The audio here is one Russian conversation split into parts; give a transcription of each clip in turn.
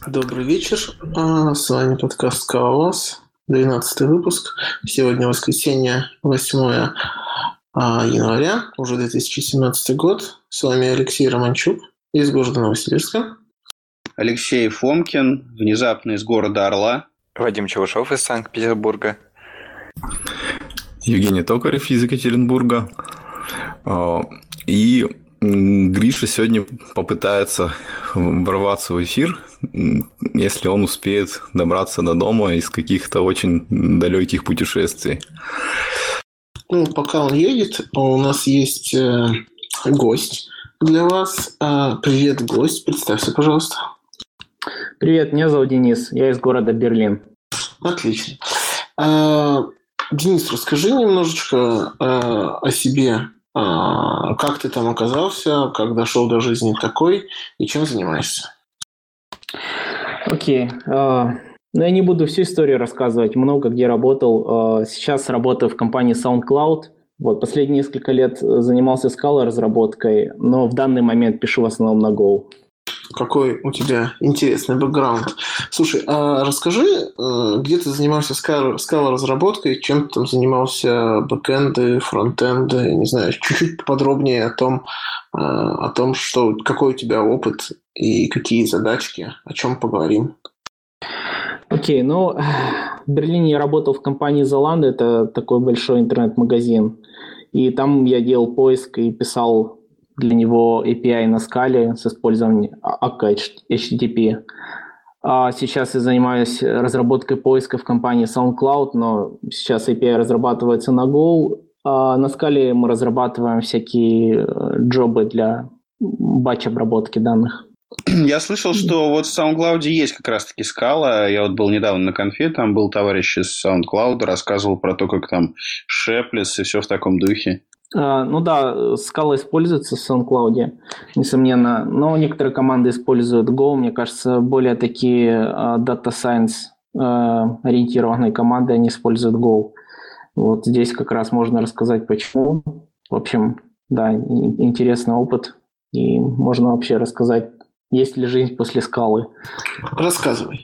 Добрый вечер. С вами подкаст «Скалолаз», 12 выпуск. Сегодня воскресенье, 8 января, уже 2017 год. С вами Алексей Романчук из города Новосибирска. Алексей Фомкин, внезапно из города Орла. Вадим Чевушов из Санкт-Петербурга. Евгений Токарев из Екатеринбурга. И Гриша сегодня попытается ворваться в эфир, если он успеет добраться до дома из каких-то очень далеких путешествий. Пока он едет, у нас есть гость для вас. Привет, гость. Представься, пожалуйста. Привет, меня зовут Денис. Я из города Берлин. Отлично. Денис, расскажи немножечко о себе. Как ты там оказался, как дошел до жизни такой и чем занимаешься? Окей. Я не буду всю историю рассказывать, много где работал. Сейчас работаю в компании SoundCloud. Последние несколько лет занимался скала-разработкой, но в данный момент пишу в основном на Go. Какой у тебя интересный бэкграунд. Слушай, расскажи, где ты занимался скала-разработкой, чем ты там занимался, бэкэнды, фронтенды, не знаю, чуть-чуть подробнее о том, что, какой у тебя опыт и какие задачки, о чем поговорим. Окей, в Берлине я работал в компании Zalando, это такой большой интернет-магазин, и там я делал поиск и писал для него API на скале с использованием Akka HTTP. Сейчас я занимаюсь разработкой поиска в компании SoundCloud, но сейчас API разрабатывается на Go. На скале мы разрабатываем всякие джобы для батч-обработки данных. Я слышал, что в SoundCloud есть как раз-таки скала. Я был недавно на конфе, там был товарищ из SoundCloud, рассказывал про то, как там Шеплес и все в таком духе. Скала используется в SoundCloud, несомненно, но некоторые команды используют Go, мне кажется, более такие Data Science ориентированные команды, они используют Go. Здесь как раз можно рассказать, почему. В общем, да, интересный опыт, и можно вообще рассказать, есть ли жизнь после скалы. Рассказывай.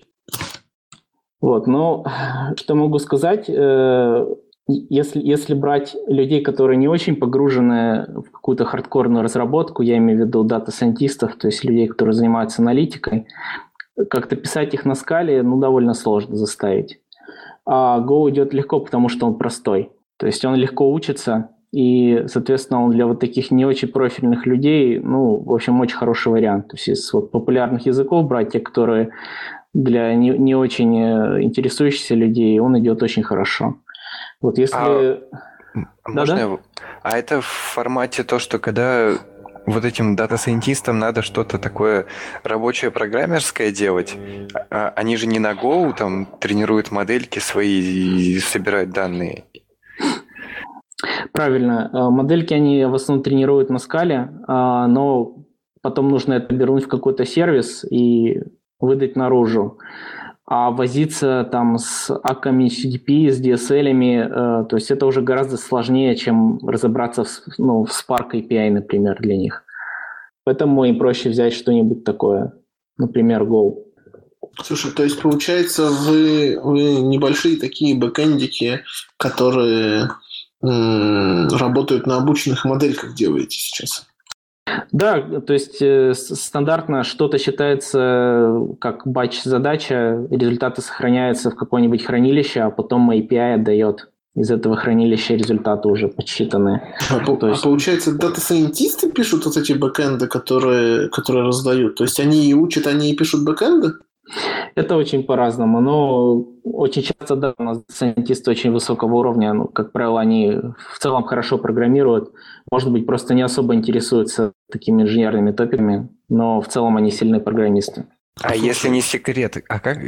Что могу сказать... Если брать людей, которые не очень погружены в какую-то хардкорную разработку, я имею в виду дата-сайентистов, то есть людей, которые занимаются аналитикой, как-то писать их на скале довольно сложно заставить. А Go идет легко, потому что он простой. То есть он легко учится, и, соответственно, он для таких не очень профильных людей, в общем, очень хороший вариант. То есть из популярных языков брать те, которые для не очень интересующихся людей, он идет очень хорошо. Можно это в формате то, что когда этим дата-сайентистам надо что-то такое рабочее программерское делать, они же не на Go там тренируют модельки свои и собирают данные. Правильно. Модельки они в основном тренируют на скале, но потом нужно это вернуть в какой-то сервис и выдать наружу. А возиться там с акками HTTP, с DSL-ами, то есть это уже гораздо сложнее, чем разобраться в Spark API, например, для них. Поэтому им проще взять что-нибудь такое, например, Go. Слушай, то есть получается, вы небольшие такие бэкэндики, которые работают на обученных модельках, делаете сейчас? Да, то есть стандартно что-то считается как батч-задача, результаты сохраняются в какое-нибудь хранилище, а потом API отдает из этого хранилища результаты уже подсчитанные. Получается, дата-сайентисты пишут эти бэкэнды, которые раздают? То есть они и учат, они и пишут бэкэнды? Это очень по-разному, но очень часто, да, у нас сайентисты очень высокого уровня, как правило, они в целом хорошо программируют, может быть, просто не особо интересуются такими инженерными топиками, но в целом они сильные программисты. А если не секрет,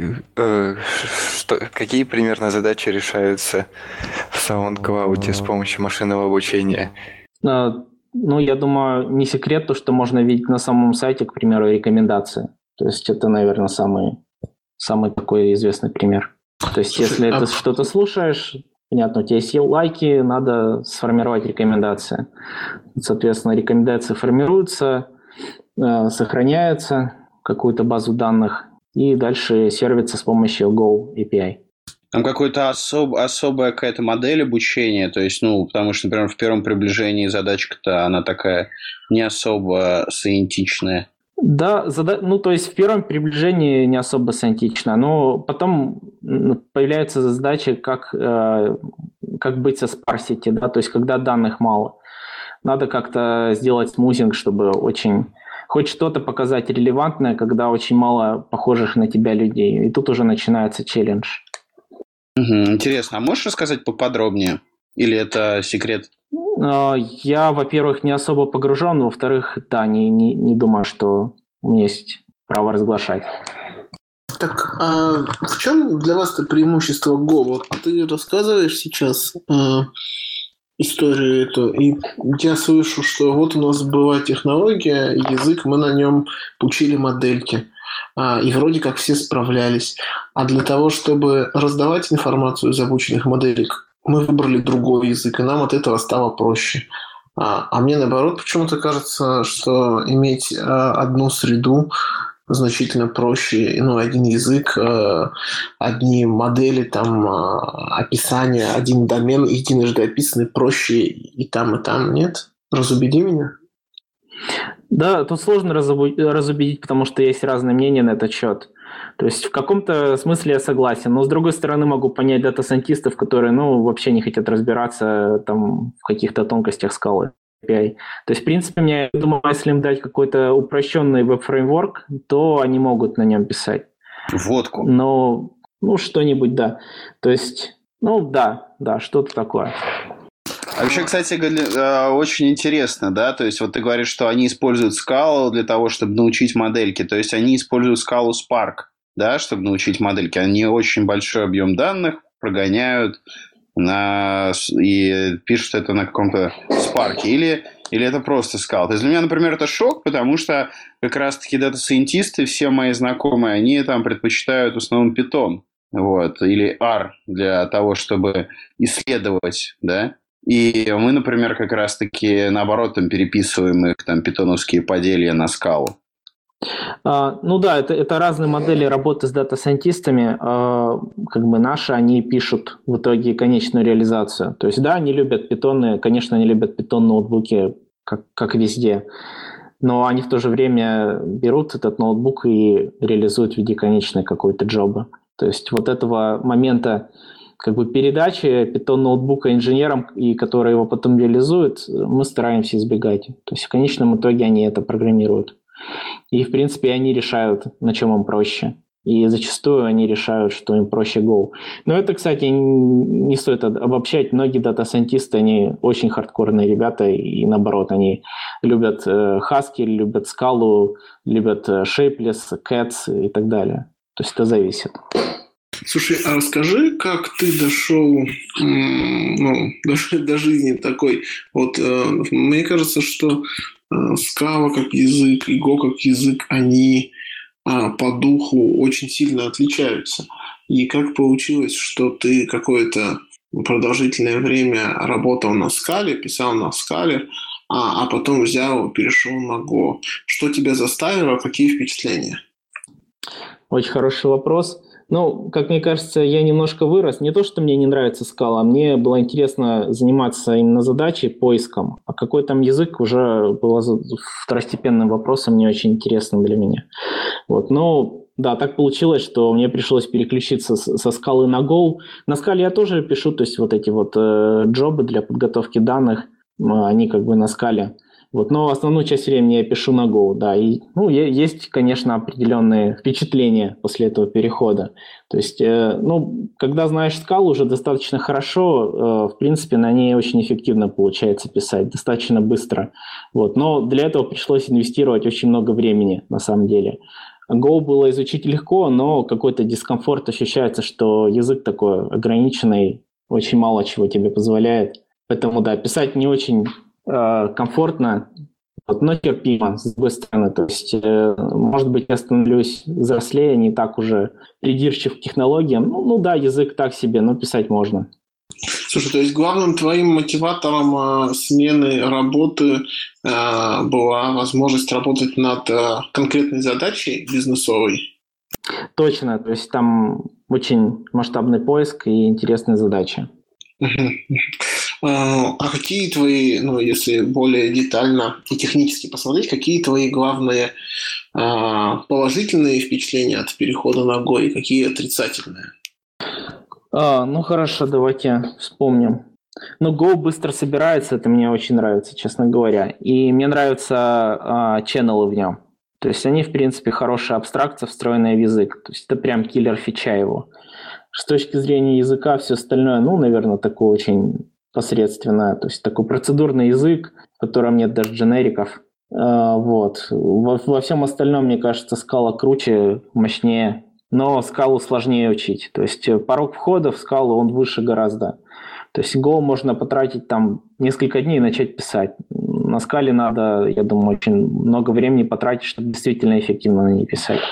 какие примерно задачи решаются в SoundCloud с помощью машинного обучения? Я думаю, не секрет то, что можно видеть на самом сайте, к примеру, рекомендации. То есть это, наверное, самый такой известный пример. То есть если ты что-то слушаешь, понятно, у тебя есть лайки, надо сформировать рекомендации. Соответственно, рекомендации формируются, сохраняются, какую-то базу данных, и дальше сервится с помощью Go API. Там какая-то особая какая-то модель обучения, то есть, потому что, например, в первом приближении задачка-то она такая не особо сcientific. Да, то есть в первом приближении не особо сcientific, но потом появляется задача, как быть со sparsity, да, то есть когда данных мало. Надо как-то сделать смузинг, чтобы хоть что-то показать релевантное, когда очень мало похожих на тебя людей. И тут уже начинается челлендж. Интересно, а можешь рассказать поподробнее? Или это секрет? Я, во-первых, не особо погружен, во-вторых, да, не думаю, что у меня есть право разглашать. Так, а в чем для вас-то преимущество Go? Вот ты рассказываешь сейчас историю эту, и я слышу, что вот у нас была технология, язык, мы на нем учили модельки. И вроде как все справлялись. А для того, чтобы раздавать информацию из обученных моделек, мы выбрали другой язык, и нам от этого стало проще. А мне, наоборот, почему-то кажется, что иметь одну среду значительно проще, один язык, одни модели, там, описание, один домен, единожды описанный проще и там, нет? Разубеди меня. Да, тут сложно разубедить, потому что есть разные мнения на этот счет. То есть в каком-то смысле я согласен, но с другой стороны могу понять дата-сайентистов, которые вообще не хотят разбираться там, в каких-то тонкостях скалы API. То есть, в принципе, я думаю, если им дать какой-то упрощенный веб-фреймворк, то они могут на нем писать. Водку. Но, что-нибудь, да. То есть, да, что-то такое. А еще, кстати, очень интересно, да, то есть вот ты говоришь, что они используют скалу для того, чтобы научить модельки, то есть они используют скалу Spark, да, чтобы научить модельки. Они очень большой объем данных прогоняют и пишут это на каком-то Spark, или это просто скала. То есть для меня, например, это шок, потому что как раз-таки дата-сайентисты, все мои знакомые, они там предпочитают в основном Python, или R для того, чтобы исследовать, да. И мы, например, как раз-таки наоборот переписываем их питоновские поделья на скалу. Это разные модели работы с дата-сайентистами. Наши, они пишут в итоге конечную реализацию. То есть, да, они любят питоны, конечно, они любят питон-ноутбуки, как везде. Но они в то же время берут этот ноутбук и реализуют в виде конечной какой-то джоба. То есть вот этого момента передачи Python-ноутбука инженерам, и которые его потом реализуют, мы стараемся избегать. То есть в конечном итоге они это программируют. И, в принципе, они решают, на чем им проще. И зачастую они решают, что им проще Go. Но это, кстати, не стоит обобщать. Многие дата-сайентисты, они очень хардкорные ребята, и наоборот, они любят Haskell, любят Scala, любят Shapeless, Cats и так далее. То есть это зависит. Слушай, а расскажи, как ты дошел до жизни такой. Мне кажется, что Scala как язык и Go как язык, они по духу очень сильно отличаются. И как получилось, что ты какое-то продолжительное время работал на Scala, писал на Scala, а потом взял, перешел на Go. Что тебя заставило, какие впечатления? Очень хороший вопрос. Как мне кажется, я немножко вырос. Не то, что мне не нравится Scala, мне было интересно заниматься именно задачей, поиском. А какой там язык уже было второстепенным вопросом, не очень интересным для меня. Да, так получилось, что мне пришлось переключиться со Scala на Go. На Scala я тоже пишу, то есть эти джобы для подготовки данных, они на Scala. Но основную часть времени я пишу на Go, да. И, есть, конечно, определенные впечатления после этого перехода. То есть, когда знаешь Scala уже достаточно хорошо, в принципе, на ней очень эффективно получается писать, достаточно быстро. Но для этого пришлось инвестировать очень много времени, на самом деле. Go было изучить легко, но какой-то дискомфорт ощущается, что язык такой ограниченный, очень мало чего тебе позволяет. Поэтому, да, писать не очень комфортно, но терпимо, с другой стороны. То есть, может быть, я становлюсь взрослее, не так уже придирчив к технологиям. Да, язык так себе, но писать можно. Слушай, то есть главным твоим мотиватором смены работы была возможность работать над конкретной задачей бизнесовой? Точно, то есть там очень масштабный поиск и интересные задачи. А какие твои, если более детально и технически посмотреть, какие твои главные положительные впечатления от перехода на Go и какие отрицательные? Хорошо, давайте вспомним. Go быстро собирается, это мне очень нравится, честно говоря. И мне нравятся ченнелы в нем. То есть они, в принципе, хорошая абстракция, встроенная в язык. То есть это прям киллер фича его. С точки зрения языка, все остальное, наверное, такое очень посредственное. То есть такой процедурный язык, в котором нет даже дженериков. Вот. Во всем остальном, мне кажется, Scala круче, мощнее. Но Scala сложнее учить. То есть порог входа в Scala, он выше гораздо. То есть Go можно потратить там несколько дней и начать писать. На Scala надо, я думаю, очень много времени потратить, чтобы действительно эффективно на ней писать.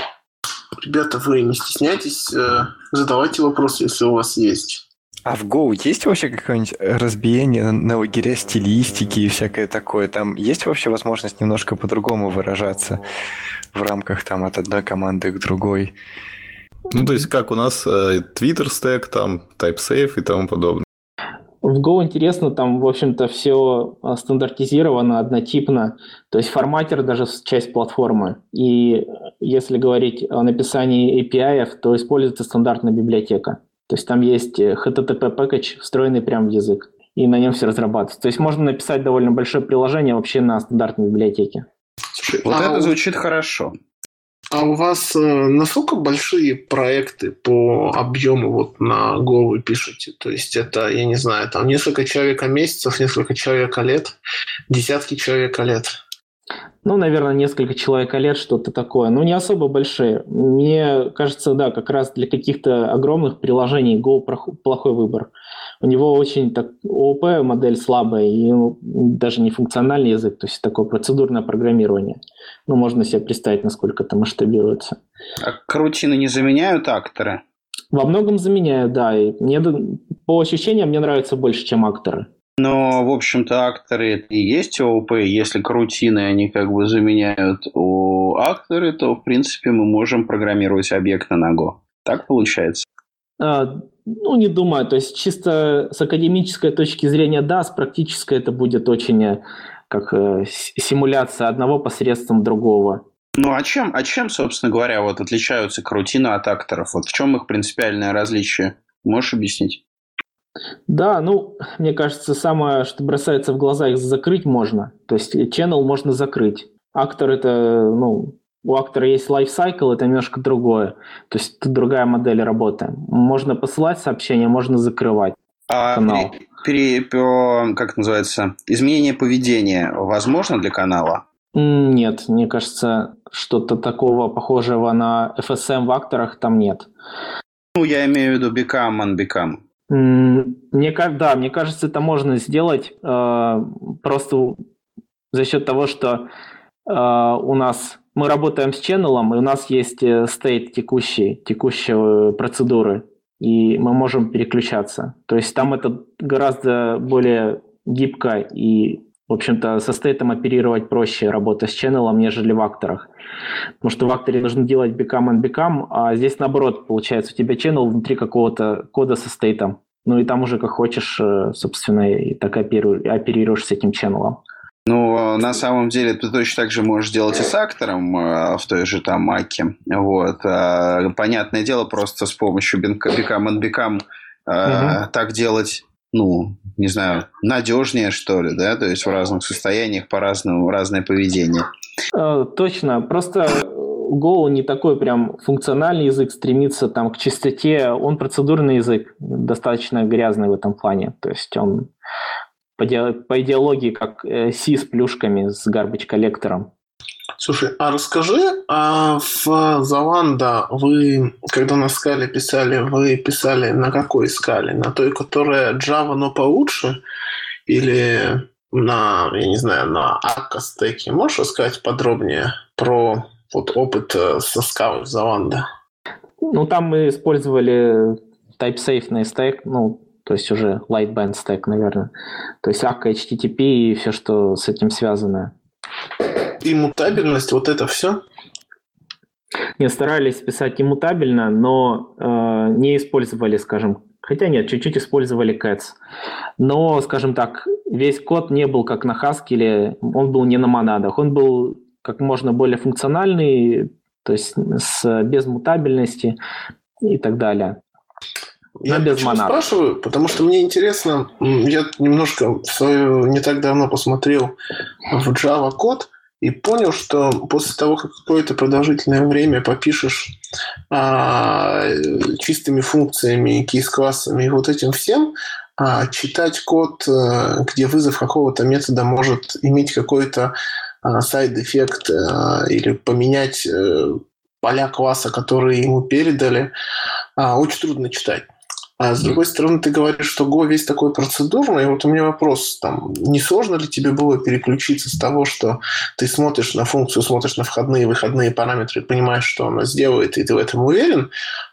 Ребята, вы не стесняйтесь, задавайте вопросы, если у вас есть. А в Go есть вообще какое-нибудь разбиение на лагеря стилистики и всякое такое? Там есть вообще возможность немножко по-другому выражаться в рамках там от одной команды к другой? То есть как у нас Twitter стек, там TypeSafe и тому подобное. В Go интересно, там, в общем-то, все стандартизировано, однотипно. То есть форматер даже часть платформы. И если говорить о написании API, то используется стандартная библиотека. То есть там есть HTTP package, встроенный прямо в язык. И на нем все разрабатывается. То есть можно написать довольно большое приложение вообще на стандартной библиотеке. Слушай, это звучит хорошо. А у вас насколько большие проекты по объему на Go вы пишете? То есть это, я не знаю, там несколько человек месяцев, несколько человек лет, десятки человек лет? Наверное, несколько человек лет, что-то такое. Не особо большие. Мне кажется, да, как раз для каких-то огромных приложений Go плохой выбор. У него очень ООП модель слабая и даже не функциональный язык, то есть такое процедурное программирование. Можно себе представить, насколько это масштабируется. А карутины не заменяют акторы? Во многом заменяют, да. И по ощущениям мне нравится больше, чем акторы. Но, в общем-то, акторы и есть ООП. Если карутины, они заменяют акторы, то, в принципе, мы можем программировать объекты на Go. Так получается? Не думаю. То есть, чисто с академической точки зрения, да, с практической это будет очень как симуляция одного посредством другого. А чем, собственно говоря, отличаются карутины от акторов? В чем их принципиальное различие? Можешь объяснить? Да, мне кажется, самое, что бросается в глаза, их закрыть можно. То есть channel можно закрыть. Актор это, у актора есть lifecycle, это немножко другое. То есть тут другая модель работы. Можно посылать сообщения, можно закрывать канал. Как называется, изменение поведения возможно для канала? Нет, мне кажется, что-то такого похожего на FSM в акторах там нет. Я имею в виду become, unbecome. Мне кажется, это можно сделать просто за счет того, что мы работаем с ченнелом, и у нас есть стейт текущие процедуры, и мы можем переключаться. То есть там это гораздо более гибко, и, в общем-то, со стейтом оперировать проще работа с ченнелом, нежели в акторах. Потому что в акторе нужно делать become and become, а здесь наоборот, получается, у тебя channel внутри какого-то кода со стейтом. И там уже как хочешь, собственно, и так оперируешь с этим ченнелом. На самом деле ты точно так же можешь делать и с актором в той же там маке. Понятное дело, просто с помощью become and become так делать, не знаю, надежнее, что ли, да? То есть в разных состояниях по-разному, разное поведение. Точно. Просто Go не такой прям функциональный язык, стремится там к чистоте. Он процедурный язык, достаточно грязный в этом плане. То есть он по идеологии как C с плюшками, с garbage-коллектором. Слушай, а расскажи, в Zalando вы, когда на скале писали, вы писали на какой скале? На той, которая Java, но получше? Или на, я не знаю, на Akka стеке? Можешь рассказать подробнее про опыт со скалой в Zalando? Там мы использовали TypeSafe стек, то есть уже Lightband стек, наверное. То есть Akka, HTTP и все, что с этим связано. И мутабельность, это все? Не старались писать иммутабельно, но не использовали, скажем, хотя нет, чуть-чуть использовали cats. Но, скажем так, весь код не был как на Haskell, он был не на монадах, он был как можно более функциональный, то есть без мутабельности и так далее. Я почему спрашиваю? Потому что мне интересно, я немножко не так давно посмотрел в Java код и понял, что после того, как какое-то продолжительное время попишешь чистыми функциями, кейс-классами и вот этим всем, читать код, где вызов какого-то метода может иметь какой-то сайд-эффект или поменять поля класса, которые ему передали, очень трудно читать. А с другой стороны, ты говоришь, что Go весь такой процедурный. И вот у меня вопрос, не сложно ли тебе было переключиться с того, что ты смотришь на функцию, смотришь на входные и выходные параметры, понимаешь, что она сделает, и ты в этом уверен?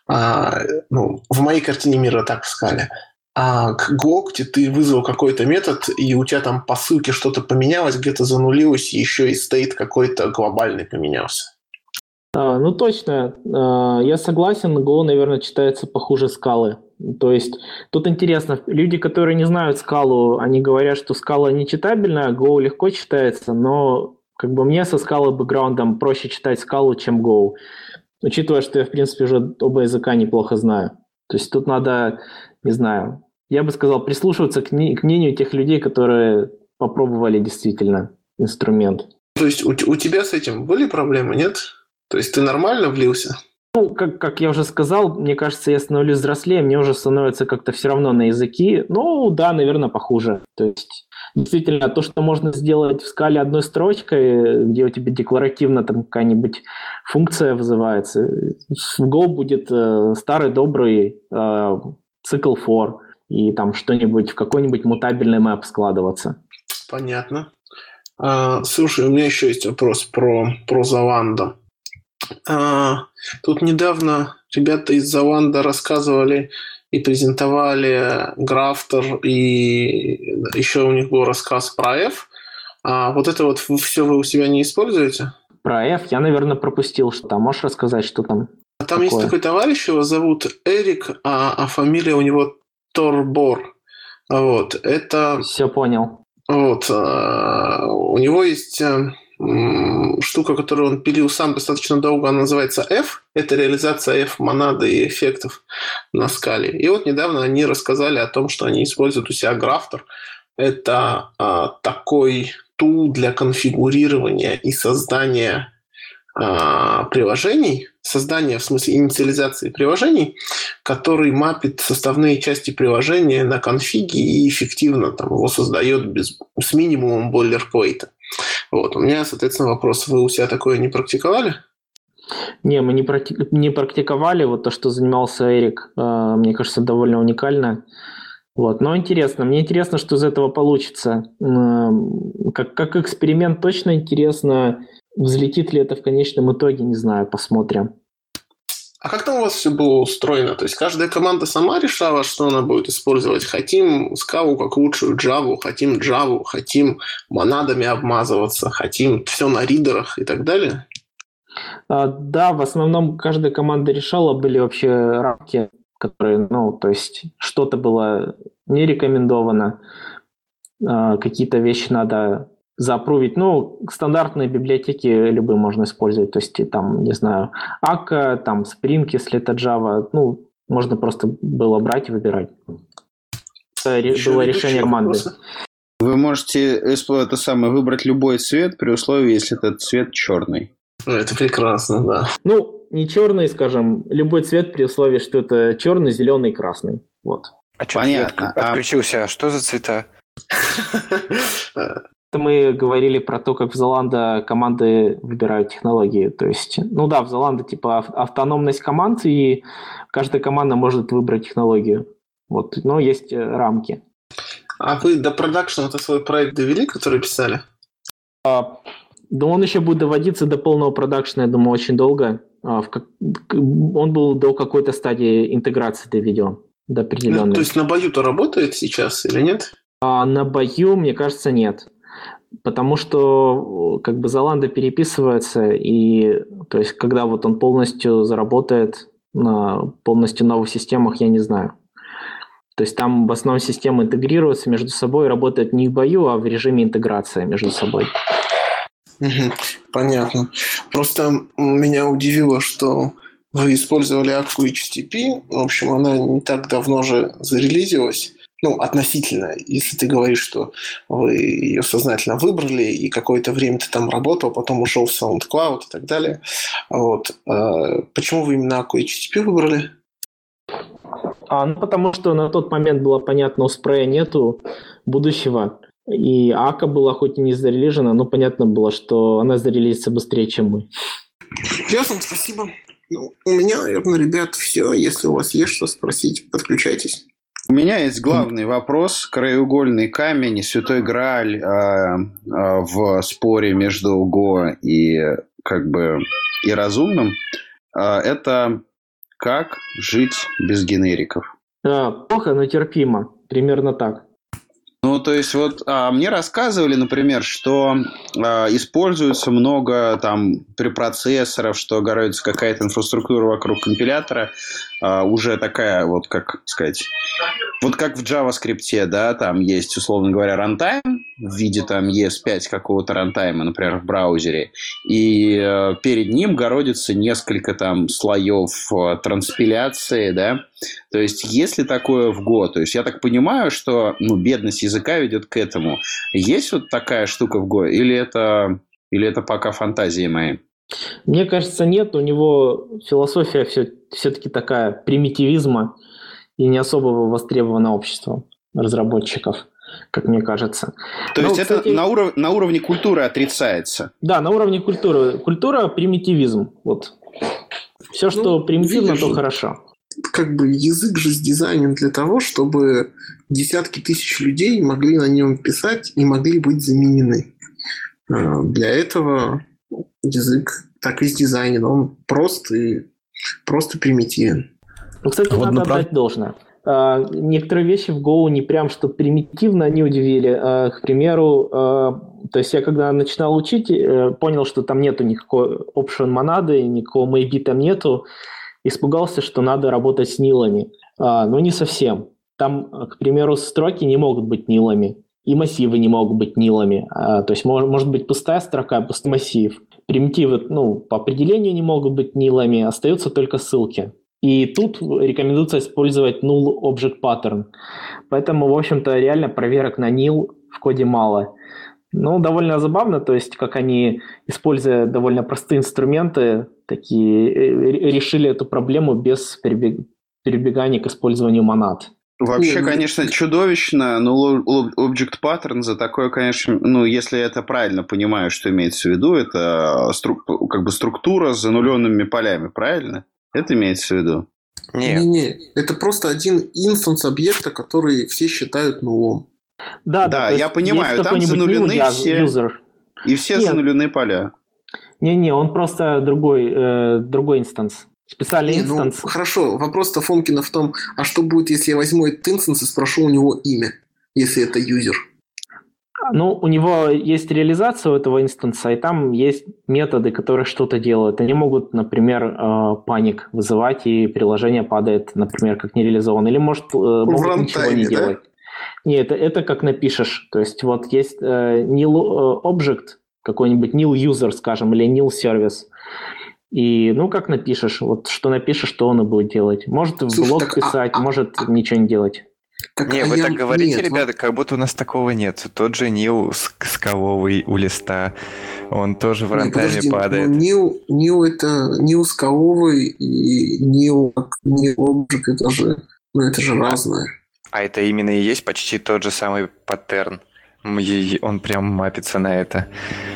В моей картине мира так в скале. А к Go, где ты вызвал какой-то метод, и у тебя там по ссылке что-то поменялось, где-то занулилось, и еще и стейт какой-то глобальный поменялся. Ну, точно. Я согласен, Go, наверное, читается похуже скалы. То есть тут интересно, люди, которые не знают скалу, они говорят, что скала не читабельная, Go легко читается, но мне со скалы бэкграундом проще читать скалу, чем Go. Учитывая, что я, в принципе, уже оба языка неплохо знаю. То есть тут надо, не знаю, я бы сказал, прислушиваться к мнению тех людей, которые попробовали действительно инструмент. То есть у тебя с этим были проблемы, нет? То есть ты нормально влился? Ну, как я уже сказал, мне кажется, я становлюсь взрослее, мне уже становится как-то все равно на языки. Ну, да, наверное, похуже. То есть, действительно, то, что можно сделать в скале одной строчкой, где у тебя декларативно там какая-нибудь функция вызывается, в Go будет старый добрый цикл for, и там что-нибудь в какой-нибудь мутабельный мэп складываться. Понятно. Слушай, у меня еще есть вопрос про Zalando. Тут недавно ребята из Zalando рассказывали и презентовали Grafter, и еще у них был рассказ про F. Вот это вот все вы у себя не используете? Про F я, наверное, пропустил. Что там? Можешь рассказать, что там? Там такое? Есть такой товарищ, его зовут Эрик, а фамилия у него Торбор. Вот, это... Все понял. Вот, у него есть... штука, которую он пилил сам достаточно долго, она называется F. Это реализация F-монады и эффектов на скале. И вот недавно они рассказали о том, что они используют у себя Grafter. Это такой тул для конфигурирования и создания приложений, создания, в смысле инициализации приложений, который мапит составные части приложения на конфиги и эффективно его создает с минимумом бойлерплейта. Вот. У меня, соответственно, вопрос. Вы у себя такое не практиковали? Не, мы не практиковали. Вот то, что занимался Эрик, мне кажется, довольно уникально. Вот. Но интересно. Мне интересно, что из этого получится. Как эксперимент точно интересно. Взлетит ли это в конечном итоге, не знаю, посмотрим. А как там у вас все было устроено? То есть каждая команда сама решала, что она будет использовать? Хотим скалу как лучшую Java, хотим Java, хотим монадами обмазываться, хотим все на ридерах и так далее? Да, в основном каждая команда решала, были вообще рамки, которые, то есть что-то было не рекомендовано, какие-то вещи надо заапрувить. Стандартные библиотеки любые можно использовать. То есть, там, не знаю, Akka, там, Spring, если это Java. Можно просто было брать и выбирать. Это было решение команды. Вы можете выбрать любой цвет при условии, если этот цвет черный. Это прекрасно, да. Не черный, скажем, любой цвет при условии, что это черный, зеленый, красный. Вот. А что понятно. Отключился? А что за цвета? Мы говорили про то, как в Zalando команды выбирают технологии. То есть, в Zalando автономность команд, и каждая команда может выбрать технологию. Вот. Но есть рамки. А вы до продакшена свой проект довели, который писали? Да, он еще будет доводиться до полного продакшена, я думаю, очень долго. Он был до какой-то стадии интеграции доведен, до определенной. То есть на бою-то работает сейчас или нет? На бою, мне кажется, нет. Потому что как бы Zalando переписывается, и то есть когда вот он полностью заработает на полностью новых системах, я не знаю. То есть там в основном системы интегрируются между собой, работают не в бою, а в режиме интеграции между собой. Понятно. Просто меня удивило, что вы использовали акку HTTP. В общем, она не так давно же зарелизилась. Ну, относительно, если ты говоришь, что вы ее сознательно выбрали, и какое-то время ты там работал, потом ушел в SoundCloud и так далее. Вот. Почему вы именно акку HTTP выбрали? Потому что на тот момент было понятно, у спрея нету будущего. И Ака была хоть и не зарелижена, но понятно было, что она зарелизится быстрее, чем мы. Ясно, спасибо. Ну, у меня, наверное, ребят, все. Если у вас есть что спросить, подключайтесь. У меня есть главный вопрос, краеугольный камень, святой Грааль в споре между Го и и разумным. Это как жить без генериков? Плохо, но терпимо. Примерно так. Ну, то есть, вот мне рассказывали, например, что используется много там препроцессоров, что городится какая-то инфраструктура вокруг компилятора, уже такая, вот как сказать, вот как в JavaScript, да, там есть, условно говоря, рантайм в виде там ES5 какого-то рантайма, например, в браузере, и перед ним городится несколько там слоев транспиляции, да, то есть, есть ли такое в Go? То есть, я так понимаю, что бедность языка ведет к этому. Есть вот такая штука в Go? Или это пока фантазии мои? Мне кажется, нет. У него философия все-таки такая примитивизма и не особо востребована обществом разработчиков, как мне кажется. То есть, кстати, это на уровне культуры отрицается? Да, на уровне культуры. Культура – примитивизм. Вот. Все, что примитивно, видишь, то хорошо. Как бы язык же сдизайнен для того, чтобы десятки тысяч людей могли на нем писать и могли быть заменены. Для этого язык так и сдизайнен. Он прост и просто примитивен. Ну, кстати, надо отдать должное. Некоторые вещи в Go не прям что примитивно, они удивили. К примеру, то есть я когда начинал учить, понял, что там нету никакой option монады, никакого maybe там нету. Испугался, что надо работать с нилами. Но не совсем. Там, к примеру, строки не могут быть нилами, и массивы не могут быть нилами. То есть может быть пустая строка, пустой массив. Примитивы по определению не могут быть нилами, остаются только ссылки. И тут рекомендуется использовать null object pattern. Поэтому, в общем-то, реально проверок на nil в коде мало. Довольно забавно, то есть, как они, используя довольно простые инструменты, такие решили эту проблему без перебегания к использованию монад. Вообще, конечно, чудовищно, но Object Pattern за такое, конечно, если я это правильно понимаю, что имеется в виду, это структура с зануленными полями, правильно? Это имеется в виду? Не, это просто один инстанс объекта, который все считают нулом. Да, я понимаю, там занулены все, и все занулены поля. Не, он просто другой инстанс. Специальный инстанс. Хорошо, вопрос-то Фомкина в том, а что будет, если я возьму этот инстанс и спрошу у него имя, если это юзер? У него есть реализация у этого инстанса, и там есть методы, которые что-то делают. Они могут, например, паник вызывать, и приложение падает, например, как нереализовано. Или могут ничего не делать. Нет, это как напишешь. То есть вот есть nil object, какой-нибудь nil user, скажем, или nil service. И, как напишешь. Вот что напишешь, что он и будет делать. Может в блог писать, может ничего не делать. Вы так говорите, ребята, как будто у нас такого нет. Тот же nil скаловый у листа, он тоже в рантайме падает. Nil это nil скаловый и nil object, это же разное. А это именно и есть почти тот же самый паттерн. Он прям мапится на это.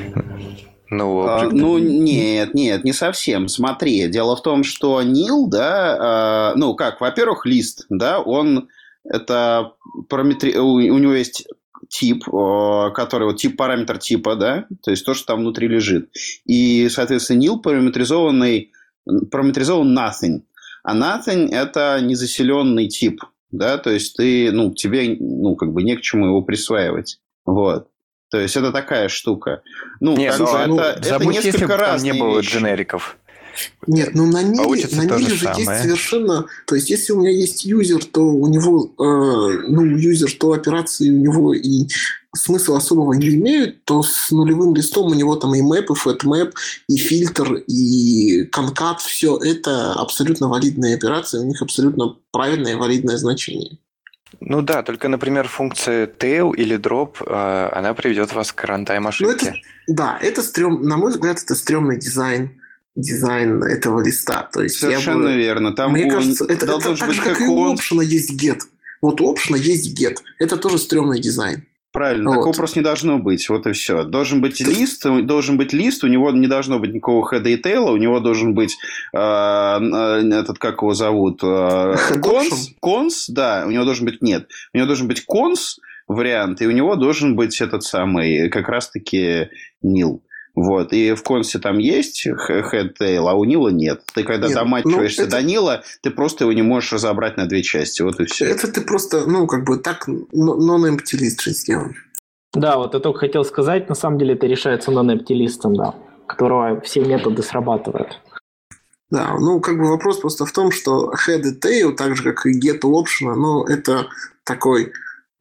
Нет, не совсем. Смотри, дело в том, что nil, да, во-первых, лист, да, он это у него есть тип, который тип параметр типа, да, то есть то, что там внутри лежит. И, соответственно, nil параметризован nothing. А nothing это незаселенный тип, да, то есть тебе не к чему его присваивать. Вот. То есть это такая штука. Ну, Нет, как бы это забудь, если несколько бы там разные не было вещи. дженериков. Нет, ну на Получится то Ниве же же есть самое. совершенно... То есть, если у меня есть юзер, то у него, юзер, то операции у него и смысла особого не имеют, то с нулевым листом у него там и map, и fatmap, и фильтр, и конкат, все это абсолютно валидные операции, у них абсолютно правильное и валидное значение. Ну да, только, например, функция tail или drop, она приведет вас к рантайм ошибке. Это на мой взгляд, это стрёмный дизайн этого листа. То есть Совершенно верно. Там мне кажется, это должен так быть же, как и у опшена есть get. Вот у опшена есть get. Это тоже стрёмный дизайн. Правильно, такого просто не должно быть. Вот и все. Должен быть лист, у него не должно быть никакого хеда и тейла, у него должен быть этот, как его зовут, конс, да, у него должен быть, нет, у него должен быть конс вариант, и у него должен быть этот самый, как раз-таки nil. Вот. И в консе там есть head tail, а у Нила нет. Ты когда доматчиваешься до Нила, ты просто его не можешь разобрать на две части. Вот и все. Это ты просто, так non-empty list сделал. Да, вот я только хотел сказать, на самом деле это решается non-empty листом, да, которого все методы срабатывают. Да, вопрос просто в том, что head и tail, так же, как и get у option, это такой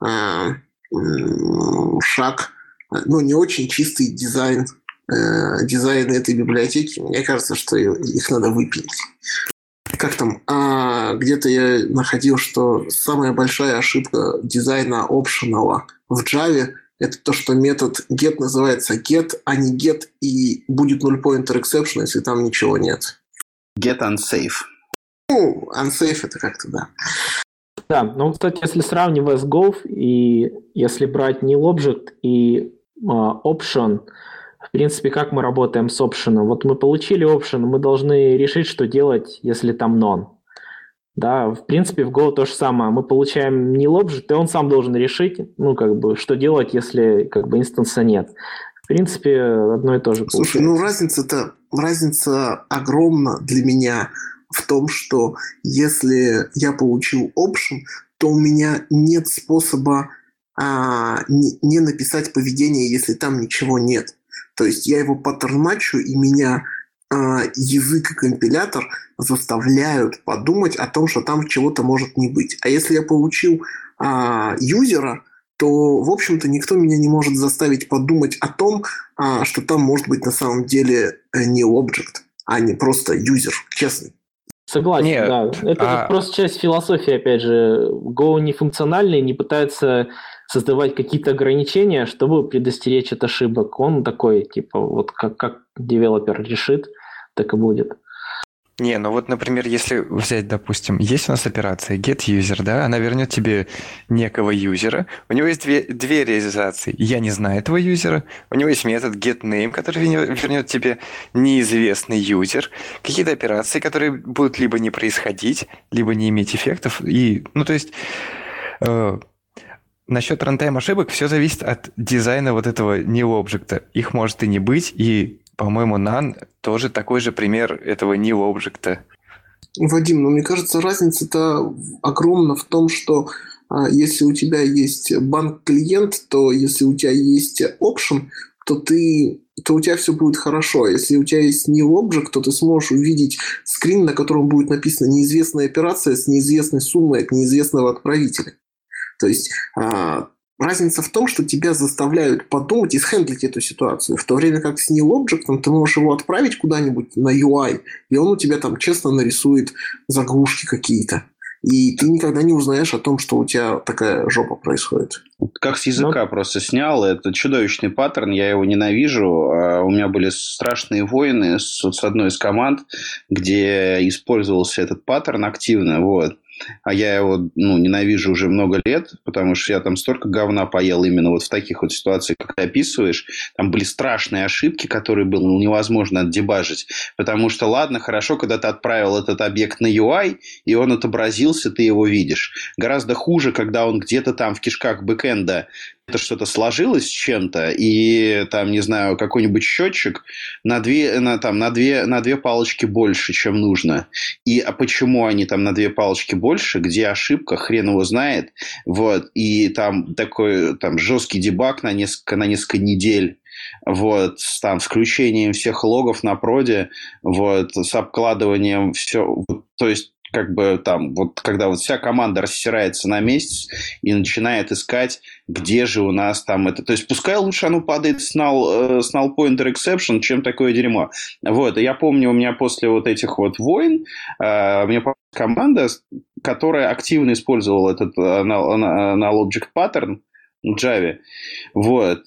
шаг, не очень чистый дизайн этой библиотеки. Мне кажется, что их надо выпилить. Как там? Где-то я находил, что самая большая ошибка дизайна optional в Java – это то, что метод get называется get, а не get, и будет null-pointer exception, если там ничего нет. Get unsafe. Unsafe – это как-то, да. Да, кстати, если сравнивать с Go, и если брать nil object и option, в принципе, как мы работаем с option? Вот мы получили option, мы должны решить, что делать, если там none. Да, в принципе, в Go то же самое. Мы получаем nil object, и он сам должен решить, что делать, если инстанса нет. В принципе, одно и то же получается. Слушай, разница огромна для меня в том, что если я получил option, то у меня нет способа не написать поведение, если там ничего нет. То есть я его паттерн-матчу, и меня язык и компилятор заставляют подумать о том, что там чего-то может не быть. А если я получил юзера, то, в общем-то, никто меня не может заставить подумать о том, что там может быть на самом деле не object, а не просто юзер, честно. Согласен, да. Это просто часть философии, опять же. Go не функциональный, не пытается создавать какие-то ограничения, чтобы предостеречь от ошибок. Он такой, вот как девелопер решит, так и будет. Например, если взять, допустим, есть у нас операция getUser, да, она вернет тебе некого юзера. У него есть две реализации. Я не знаю этого юзера. У него есть метод getName, который вернет тебе неизвестный юзер. Какие-то операции, которые будут либо не происходить, либо не иметь эффектов. Насчет рантайм ошибок все зависит от дизайна вот этого nil объекта. Их может и не быть, и, по-моему, none тоже такой же пример этого nil объекта. Вадим, мне кажется, разница-то огромна в том, что если у тебя есть банк-клиент, то если у тебя есть option, то у тебя все будет хорошо. Если у тебя есть nil object, то ты сможешь увидеть скрин, на котором будет написано неизвестная операция с неизвестной суммой от неизвестного отправителя. То есть разница в том, что тебя заставляют подумать и схендлить эту ситуацию, в то время как с nil object ты можешь его отправить куда-нибудь на UI, и он у тебя там честно нарисует заглушки какие-то. И ты никогда не узнаешь о том, что у тебя такая жопа происходит. Как с языка просто снял. Это чудовищный паттерн, я его ненавижу. У меня были страшные войны с одной из команд, где использовался этот паттерн активно. Вот. А я его ненавижу уже много лет, потому что я там столько говна поел именно вот в таких вот ситуациях, как ты описываешь. Там были страшные ошибки, которые было невозможно отдебажить. Потому что, ладно, хорошо, когда ты отправил этот объект на UI, и он отобразился, ты его видишь. Гораздо хуже, когда он где-то там в кишках бэкэнда что-то сложилось с чем-то, и там, не знаю, какой-нибудь счетчик на две палочки больше, чем нужно. А почему они там на две палочки больше, где ошибка, хрен его знает. Вот. И там такой жесткий дебаг на несколько недель. Вот, с включением всех логов на проде, вот, с обкладыванием все, то есть когда вся команда рассирается на месяц и начинает искать, где же у нас там это. То есть, пускай лучше оно падает с null pointer exception, чем такое дерьмо. Вот, и я помню, у меня после вот этих вот войн, у меня команда, которая активно использовала этот null object pattern в Java. Вот.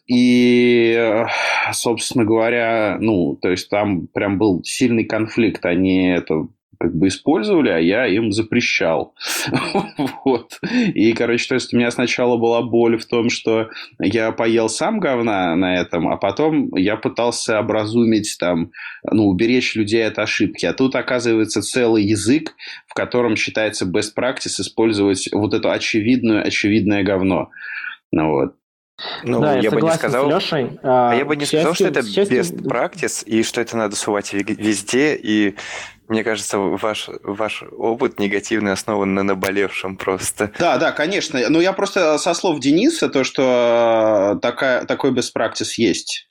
И, собственно говоря, то есть там прям был сильный конфликт. Они это использовали, а я им запрещал. Вот. И, то есть у меня сначала была боль в том, что я поел сам говна на этом, а потом я пытался образумить уберечь людей от ошибки. А тут, оказывается, целый язык, в котором считается best practice использовать вот это очевидное говно. Вот. Да, я бы не сказал, с Лешей. Я бы не сказал, что это best practice, и что это надо сувать везде, и мне кажется, ваш опыт негативный основан на наболевшем просто. Да, конечно. Но я просто со слов Дениса, то, что такой best practice есть.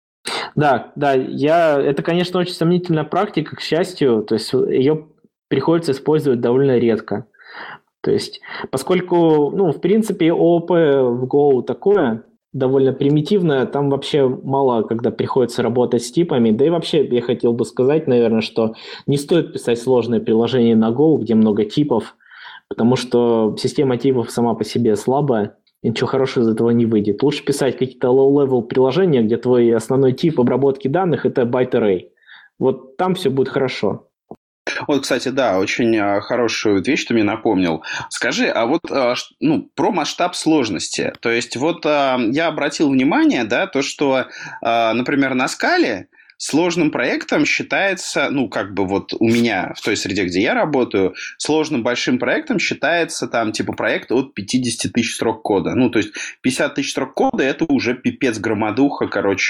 Да, это, конечно, очень сомнительная практика, к счастью, то есть ее приходится использовать довольно редко. То есть, поскольку, в принципе, ООП в Go такое, довольно примитивное, там вообще мало, когда приходится работать с типами, да и вообще я хотел бы сказать, наверное, что не стоит писать сложные приложения на Go, где много типов, потому что система типов сама по себе слабая, и ничего хорошего из этого не выйдет. Лучше писать какие-то low-level приложения, где твой основной тип обработки данных – это byte-array. Вот там все будет хорошо. Вот, кстати, да, очень хорошую вещь ты мне напомнил. Скажи, а вот про масштаб сложности. То есть вот я обратил внимание, да, то, что, например, на скале сложным проектом считается, вот у меня в той среде, где я работаю, сложным большим проектом считается проект от 50 тысяч строк кода. То есть 50 тысяч строк кода – это уже пипец громадуха,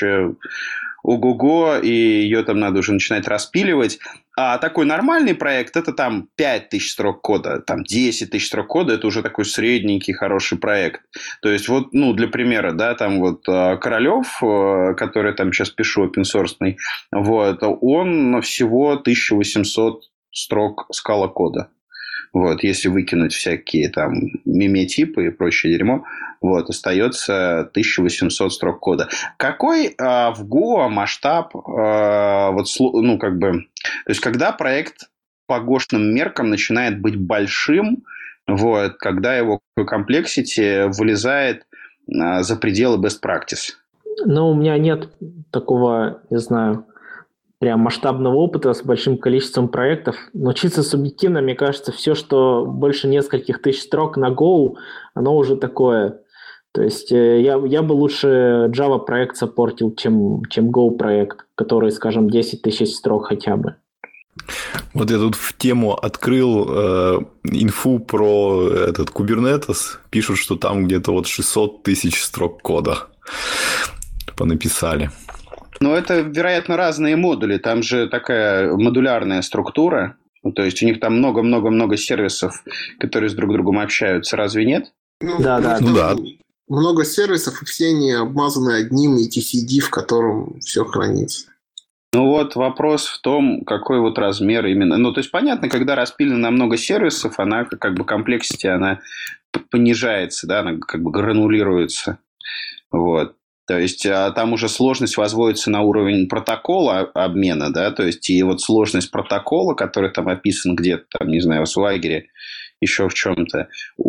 ого-го, и ее там надо уже начинать распиливать. А такой нормальный проект – это 5 тысяч строк кода, 10 тысяч строк кода – это уже такой средненький, хороший проект. То есть, вот, для примера, да, Королев, который сейчас пишу open-source, вот, он всего 1800 строк скала кода. Вот, если выкинуть всякие меметипы и прочее дерьмо, вот, остается 1800 строк кода. Какой в Go масштаб, то есть, когда проект по гошным меркам начинает быть большим, вот, когда его complexity вылезает за пределы best practice? У меня нет такого, не знаю, прям масштабного опыта с большим количеством проектов. Но чисто субъективно, мне кажется, все, что больше нескольких тысяч строк на Go, оно уже такое. То есть я бы лучше Java проект саппортил, чем Go проект, который, скажем, 10 тысяч строк хотя бы. Вот я тут в тему открыл инфу про этот Kubernetes. Пишут, что там где-то 600 тысяч строк кода понаписали. Но это, вероятно, разные модули. Там же такая модулярная структура. То есть у них там много-много-много сервисов, которые с друг другом общаются. Разве нет? Да. Много сервисов, и все они обмазаны одним etcd, в котором все хранится. Вот вопрос в том, какой размер именно. То есть понятно, когда распилено на много сервисов, она комплексити, она понижается, да, она гранулируется. Вот. То есть там уже сложность возводится на уровень протокола обмена, да, то есть и сложность протокола, который там описан где-то, не знаю, в Swagger, еще в чем-то,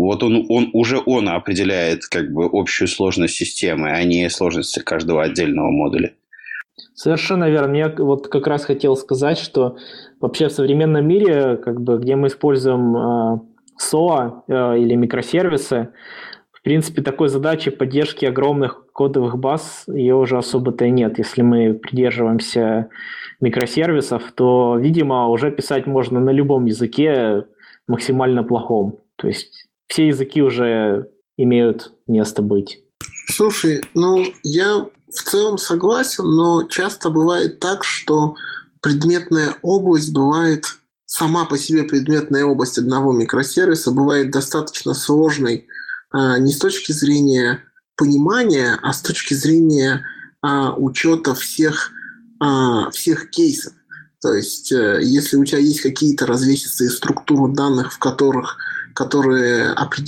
он определяет общую сложность системы, а не сложность каждого отдельного модуля. Совершенно верно. Я как раз хотел сказать, что вообще в современном мире, где мы используем SOA или микросервисы, в принципе, такой задачи поддержки огромных кодовых баз ее уже особо-то и нет. Если мы придерживаемся микросервисов, то, видимо, уже писать можно на любом языке максимально плохом. То есть все языки уже имеют место быть. Слушай, ну, я в целом согласен, но часто бывает так, что предметная область бывает, сама по себе предметная область одного микросервиса бывает достаточно сложной не с точки зрения понимания, а с точки зрения учета всех кейсов. То есть, если у тебя есть какие-то развесистые структуры данных, которые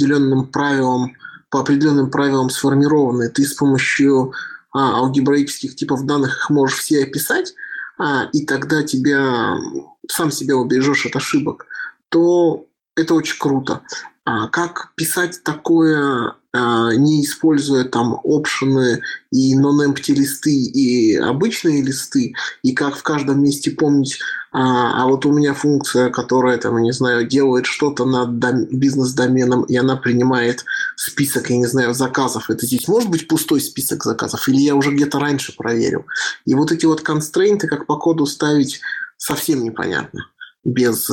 по определенным правилам сформированы, ты с помощью алгебраических типов данных их можешь все описать, и тогда сам себя убережешь от ошибок, то это очень круто. А как писать такое, не используя там опшены и non-empty листы и обычные листы, и как в каждом месте помнить, вот у меня функция, которая там, не знаю, делает что-то над бизнес-доменом, и она принимает список, я не знаю, заказов. Это здесь может быть пустой список заказов, или я уже где-то раньше проверил. И вот эти вот констрейнты, как по коду ставить, совсем непонятно. Без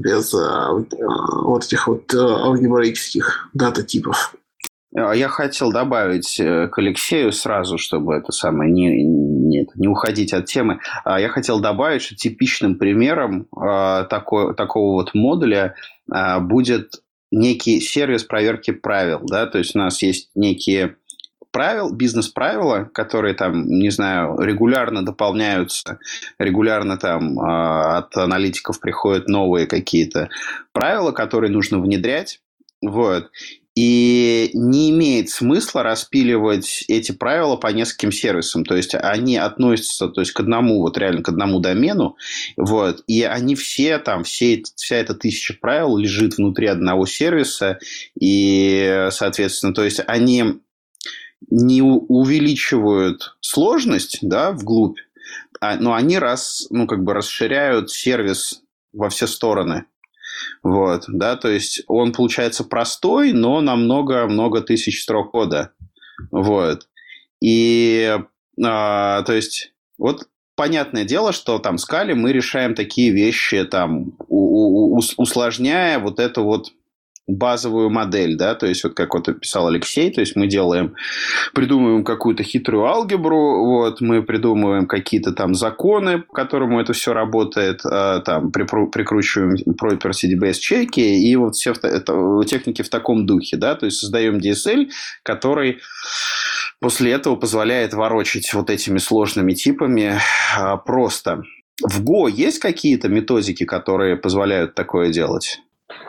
вот этих вот алгебраических дата-типов. Я хотел добавить к Алексею сразу, чтобы это самое не уходить от темы. Я хотел добавить, что типичным примером такого вот модуля будет некий сервис проверки правил. Да? То есть у нас есть некие бизнес-правила, которые там, не знаю, регулярно дополняются, регулярно там от аналитиков приходят новые какие-то правила, которые нужно внедрять. Вот. И не имеет смысла распиливать эти правила по нескольким сервисам. То есть они относятся к одному, вот реально к одному домену. Вот, и они все там, вся эта 1000 правил лежит внутри одного сервиса. И, соответственно, то есть они не увеличивают сложность, да, вглубь, но они расширяют сервис во все стороны. Вот, да, то есть он получается простой, но на много тысяч строк кода. Вот. И, то есть, вот понятное дело, что там в Scala мы решаем такие вещи, там, усложняя вот эту вот базовую модель, да, то есть вот как вот писал Алексей, то есть мы придумываем какую-то хитрую алгебру, вот, мы придумываем какие-то там законы, по которым это все работает, там, прикручиваем property DBS чеки, и вот все техники в таком духе, да, то есть создаем DSL, который после этого позволяет ворочать вот этими сложными типами просто. В Go есть какие-то методики, которые позволяют такое делать?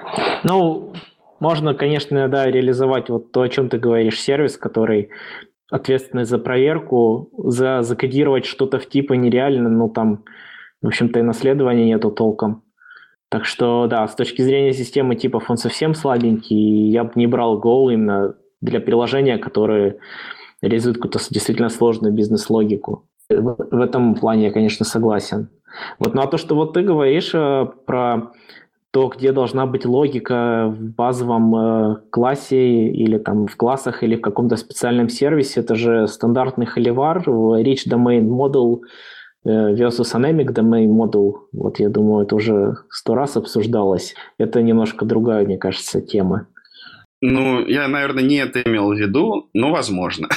Ну, можно, конечно, да, реализовать вот то, о чем ты говоришь, сервис, который ответственный за проверку, закодировать что-то в типы нереально, ну, там, в общем-то, и наследования нету толком. Так что, да, с точки зрения системы типов он совсем слабенький, и я бы не брал Go именно для приложения, которое реализует какую-то действительно сложную бизнес-логику. В этом плане я, конечно, согласен. Вот, ну, а то, что вот ты говоришь про то, где должна быть логика в базовом классе или там в классах или в каком-то специальном сервисе, это же стандартный холивар, Rich Domain Model versus Anemic Domain Model. Вот я думаю, это уже 100 раз обсуждалось. Это немножко другая, мне кажется, тема. Ну, я, наверное, не это имел в виду, но возможно.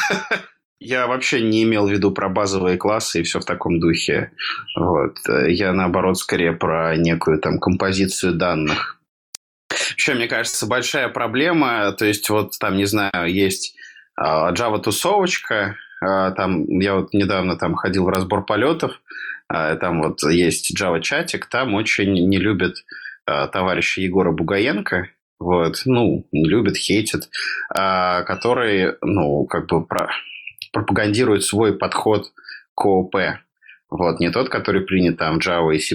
Я вообще не имел в виду про базовые классы и все в таком духе. Вот. Я, наоборот, скорее про некую там композицию данных. Еще, мне кажется, большая проблема, то есть, вот там, не знаю, есть Java-тусовочка, там, я вот недавно там ходил в разбор полетов, там вот есть Java-чатик, там очень не любят товарища Егора Бугаенко, вот, ну, не любят, хейтят, который, ну, как бы пропагандирует свой подход к ООП. Вот, не тот, который принят там в Java и C++,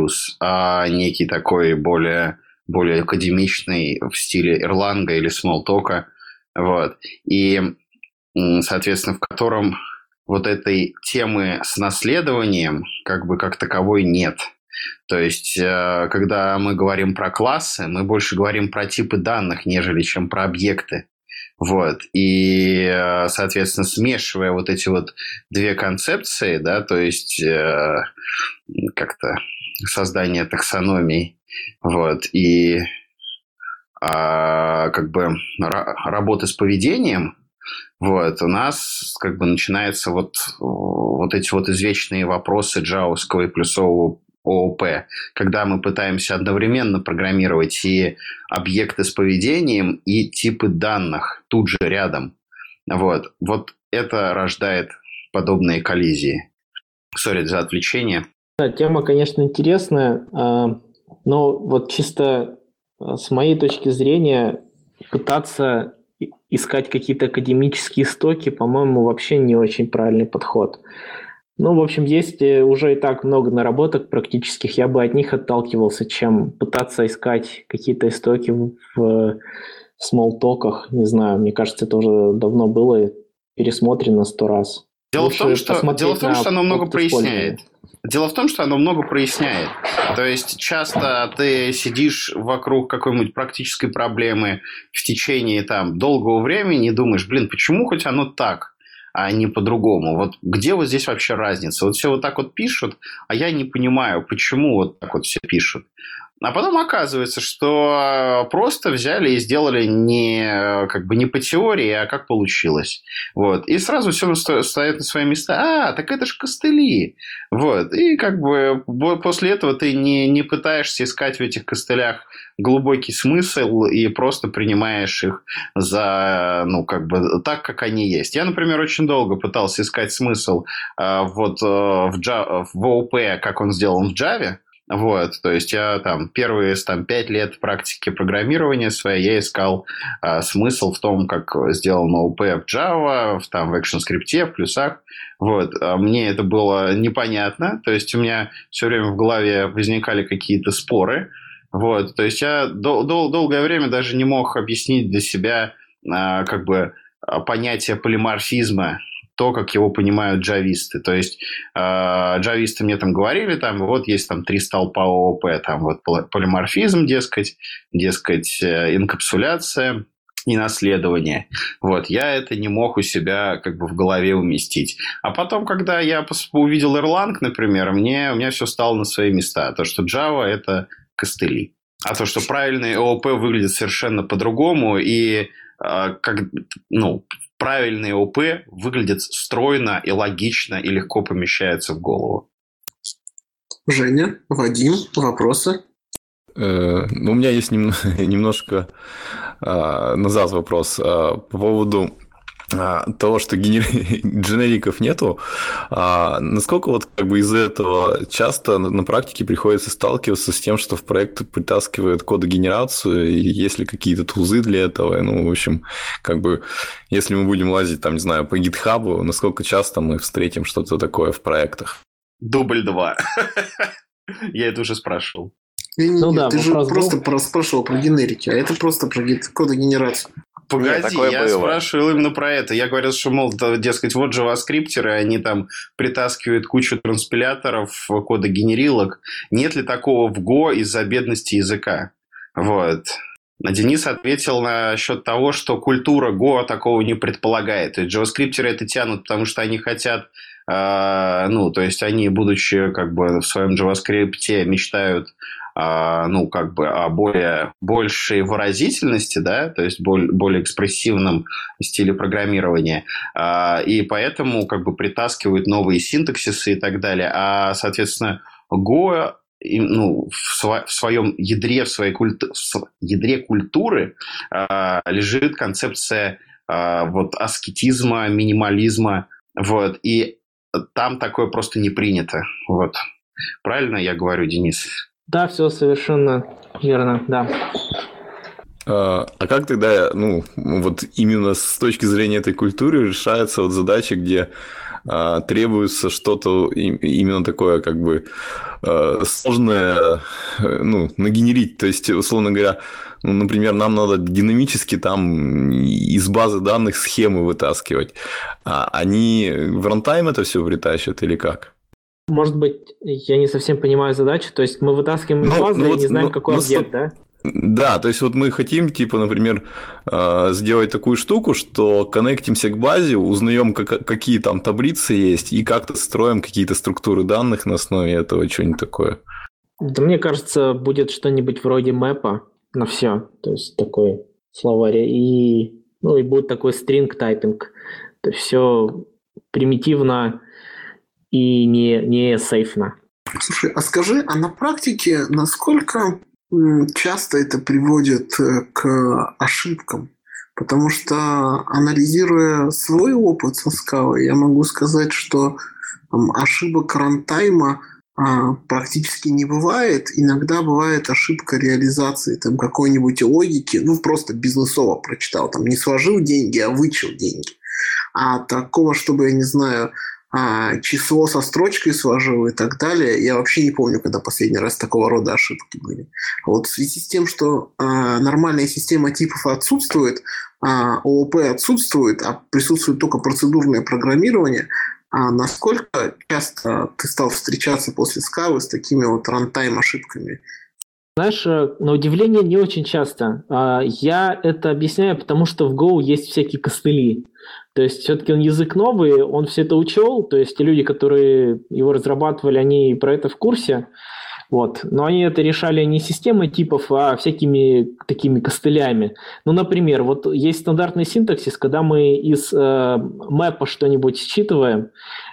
а некий такой более академичный в стиле Erlang или Smalltalk. Вот. И, соответственно, в котором вот этой темы с наследованием как бы как таковой нет. То есть, когда мы говорим про классы, мы больше говорим про типы данных, нежели чем про объекты. Вот. И, соответственно, смешивая вот эти вот две концепции, да, то есть как-то создание таксономий, вот, и как бы работы с поведением, Вот. У нас как бы начинаются вот эти вот извечные вопросы джавовского и плюсового ООП, когда мы пытаемся одновременно программировать и объекты с поведением, и типы данных тут же рядом. Вот это рождает подобные коллизии. Сори за отвлечение. Да, тема, конечно, интересная, но вот чисто с моей точки зрения пытаться искать какие-то академические истоки, по-моему, вообще не очень правильный подход. Ну, в общем, есть уже и так много наработок практических, я бы от них отталкивался, чем пытаться искать какие-то истоки в смолтоках. Не знаю, мне кажется, это уже давно было пересмотрено 100 раз. Дело в том, что оно много проясняет. Дело в том, что оно много проясняет. То есть часто ты сидишь вокруг какой-нибудь практической проблемы в течение долгого времени и думаешь, почему хоть оно так, а не по-другому? Вот где вот здесь вообще разница? Вот все вот так вот пишут, а я не понимаю, почему вот так вот все пишут. А потом оказывается, что просто взяли и сделали не по теории, а как получилось. Вот. И сразу все встает на свои места. Так это ж костыли. Вот. И после этого ты не пытаешься искать в этих костылях глубокий смысл и просто принимаешь их за, так, как они есть. Я, например, очень долго пытался искать смысл в ООП, как он сделан в Java. Вот, то есть я первые 5 лет практики программирования своей я искал смысл в том, как сделан ООП в Java, в ActionScript, в плюсах. Вот, мне это было непонятно, то есть у меня все время в голове возникали какие-то споры. Вот, то есть я долгое время даже не мог объяснить для себя понятие полиморфизма, то, как его понимают джависты. То есть джависты мне говорили, вот есть 3 столпа ООП, полиморфизм, дескать, инкапсуляция и наследование. Вот, я это не мог у себя в голове уместить. А потом, когда я увидел Erlang, например, у меня все стало на свои места. То, что Java – это костыли. А то, что правильный ООП выглядит совершенно по-другому, и правильный ОП выглядит стройно и логично и легко помещается в голову. Женя, Вадим, вопросы? У меня есть немножко назад вопрос по поводу того, что дженериков нету. Насколько из-за этого часто на практике приходится сталкиваться с тем, что в проект притаскивают кодогенерацию, и есть ли какие-то тулзы для этого? В общем, если мы будем лазить, по GitHub, насколько часто мы встретим что-то такое в проектах? Дубль 2. Я это уже спрашивал. Ты же просто спрашивал про генерики, а это просто про кодогенерацию. Погоди, я спрашивал именно про это. Я говорил, что, дескать, вот джаваскриптеры, они притаскивают кучу транспиляторов, кодогенерилок. Нет ли такого в Go из-за бедности языка? Вот. А Денис ответил насчет того, что культура Go такого не предполагает. То есть джаваскриптеры это тянут, потому что они хотят... то есть они, будучи в своем джаваскрипте, мечтают о большей выразительности, да, то есть более экспрессивном стиле программирования, и поэтому притаскивают новые синтаксисы и так далее, а, соответственно, Go в своем ядре, в ядре культуры лежит концепция аскетизма, минимализма, вот, и там такое просто не принято, вот. Правильно я говорю, Денис? Да, все совершенно верно, да. А как тогда, именно с точки зрения этой культуры решается задача, где требуется что-то именно такое, сложное, нагенерить. То есть, условно говоря, например, нам надо динамически из базы данных схемы вытаскивать. А они в рантайм это все притащат или как? Может быть, я не совсем понимаю задачу. То есть мы вытаскиваем из базы и не знаем, какой объект, да? Да, то есть мы хотим, например, сделать такую штуку, что коннектимся к базе, узнаем, какие там таблицы есть, и как-то строим какие-то структуры данных на основе этого, что-нибудь такое. Да, мне кажется, будет что-нибудь вроде мэпа на все, то есть такой словарь. И Ну и будет такой string тайпинг. Это все примитивно и не сейфно. Слушай, а скажи, а на практике насколько часто это приводит к ошибкам? Потому что, анализируя свой опыт со скалой, я могу сказать, что ошибок рантайма практически не бывает. Иногда бывает ошибка реализации какой-нибудь логики, просто бизнесово прочитал, не сложил деньги, а вычел деньги. А такого, чтобы, я не знаю, число со строчкой сложил и так далее, я вообще не помню, когда последний раз такого рода ошибки были. Вот в связи с тем, что нормальная система типов отсутствует, ООП отсутствует, а присутствует только процедурное программирование, насколько часто ты стал встречаться после скалы с такими вот рантайм ошибками? Знаешь, на удивление, не очень часто. Я это объясняю, потому что в Go есть всякие костыли. То есть все-таки он язык новый, он все это учел, то есть те люди, которые его разрабатывали, они про это в курсе. Вот. Но они это решали не системой типов, а всякими такими костылями. Ну, например, вот есть стандартный синтаксис, когда мы из мэпа что-нибудь считываем,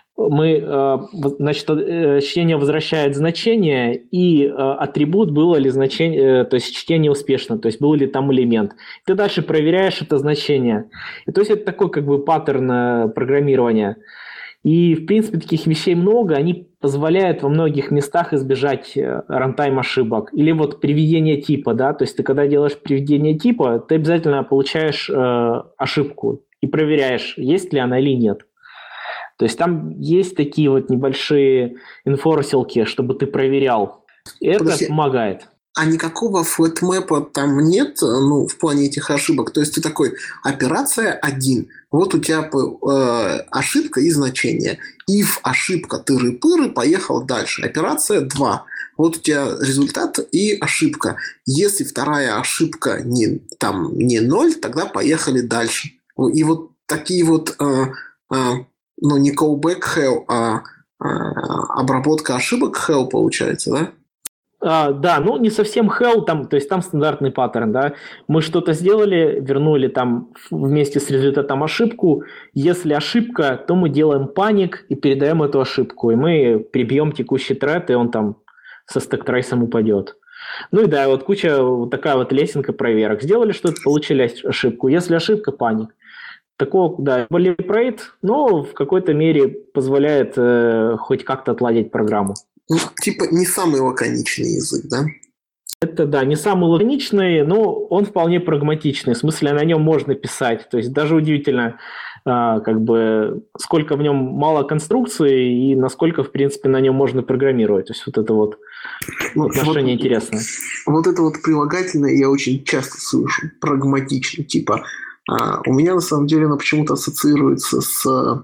чтение возвращает значение, и атрибут, было ли значение, то есть чтение успешно, то есть был ли там элемент. Ты дальше проверяешь это значение. И, то есть это такой паттерн программирования. И, в принципе, таких вещей много, они позволяют во многих местах избежать рантайм ошибок. Или вот приведение типа, да, то есть ты когда делаешь приведение типа, ты обязательно получаешь ошибку и проверяешь, есть ли она или нет. То есть там есть такие вот небольшие инфорсилки, чтобы ты проверял. И это помогает. А никакого флетмэпа там нет, в плане этих ошибок? То есть ты такой, операция 1, вот у тебя ошибка и значение. If ошибка тыры-пыры, поехал дальше. Операция 2, вот у тебя результат и ошибка. Если вторая ошибка не 0, тогда поехали дальше. И вот такие вот... не callback hell, а обработка ошибок hell получается, да? Да, не совсем hell, то есть там стандартный паттерн, да. Мы что-то сделали, вернули там вместе с результатом ошибку. Если ошибка, то мы делаем паник и передаем эту ошибку. И мы прибьем текущий тред, и он там со стэк-трейсом упадет. Ну и да, вот куча, вот такая вот лесенка проверок. Сделали что-то, получили ошибку. Если ошибка, паник. Такого, да, boilerplate, но в какой-то мере позволяет хоть как-то отладить программу. Не самый лаконичный язык, да? Это, да, не самый лаконичный, но он вполне прагматичный. В смысле, на нем можно писать. То есть даже удивительно, сколько в нем мало конструкций и насколько, в принципе, на нем можно программировать. То есть вот это вот отношение интересное. Вот это вот прилагательное я очень часто слышу. Прагматичный, у меня, на самом деле, оно почему-то ассоциируется с,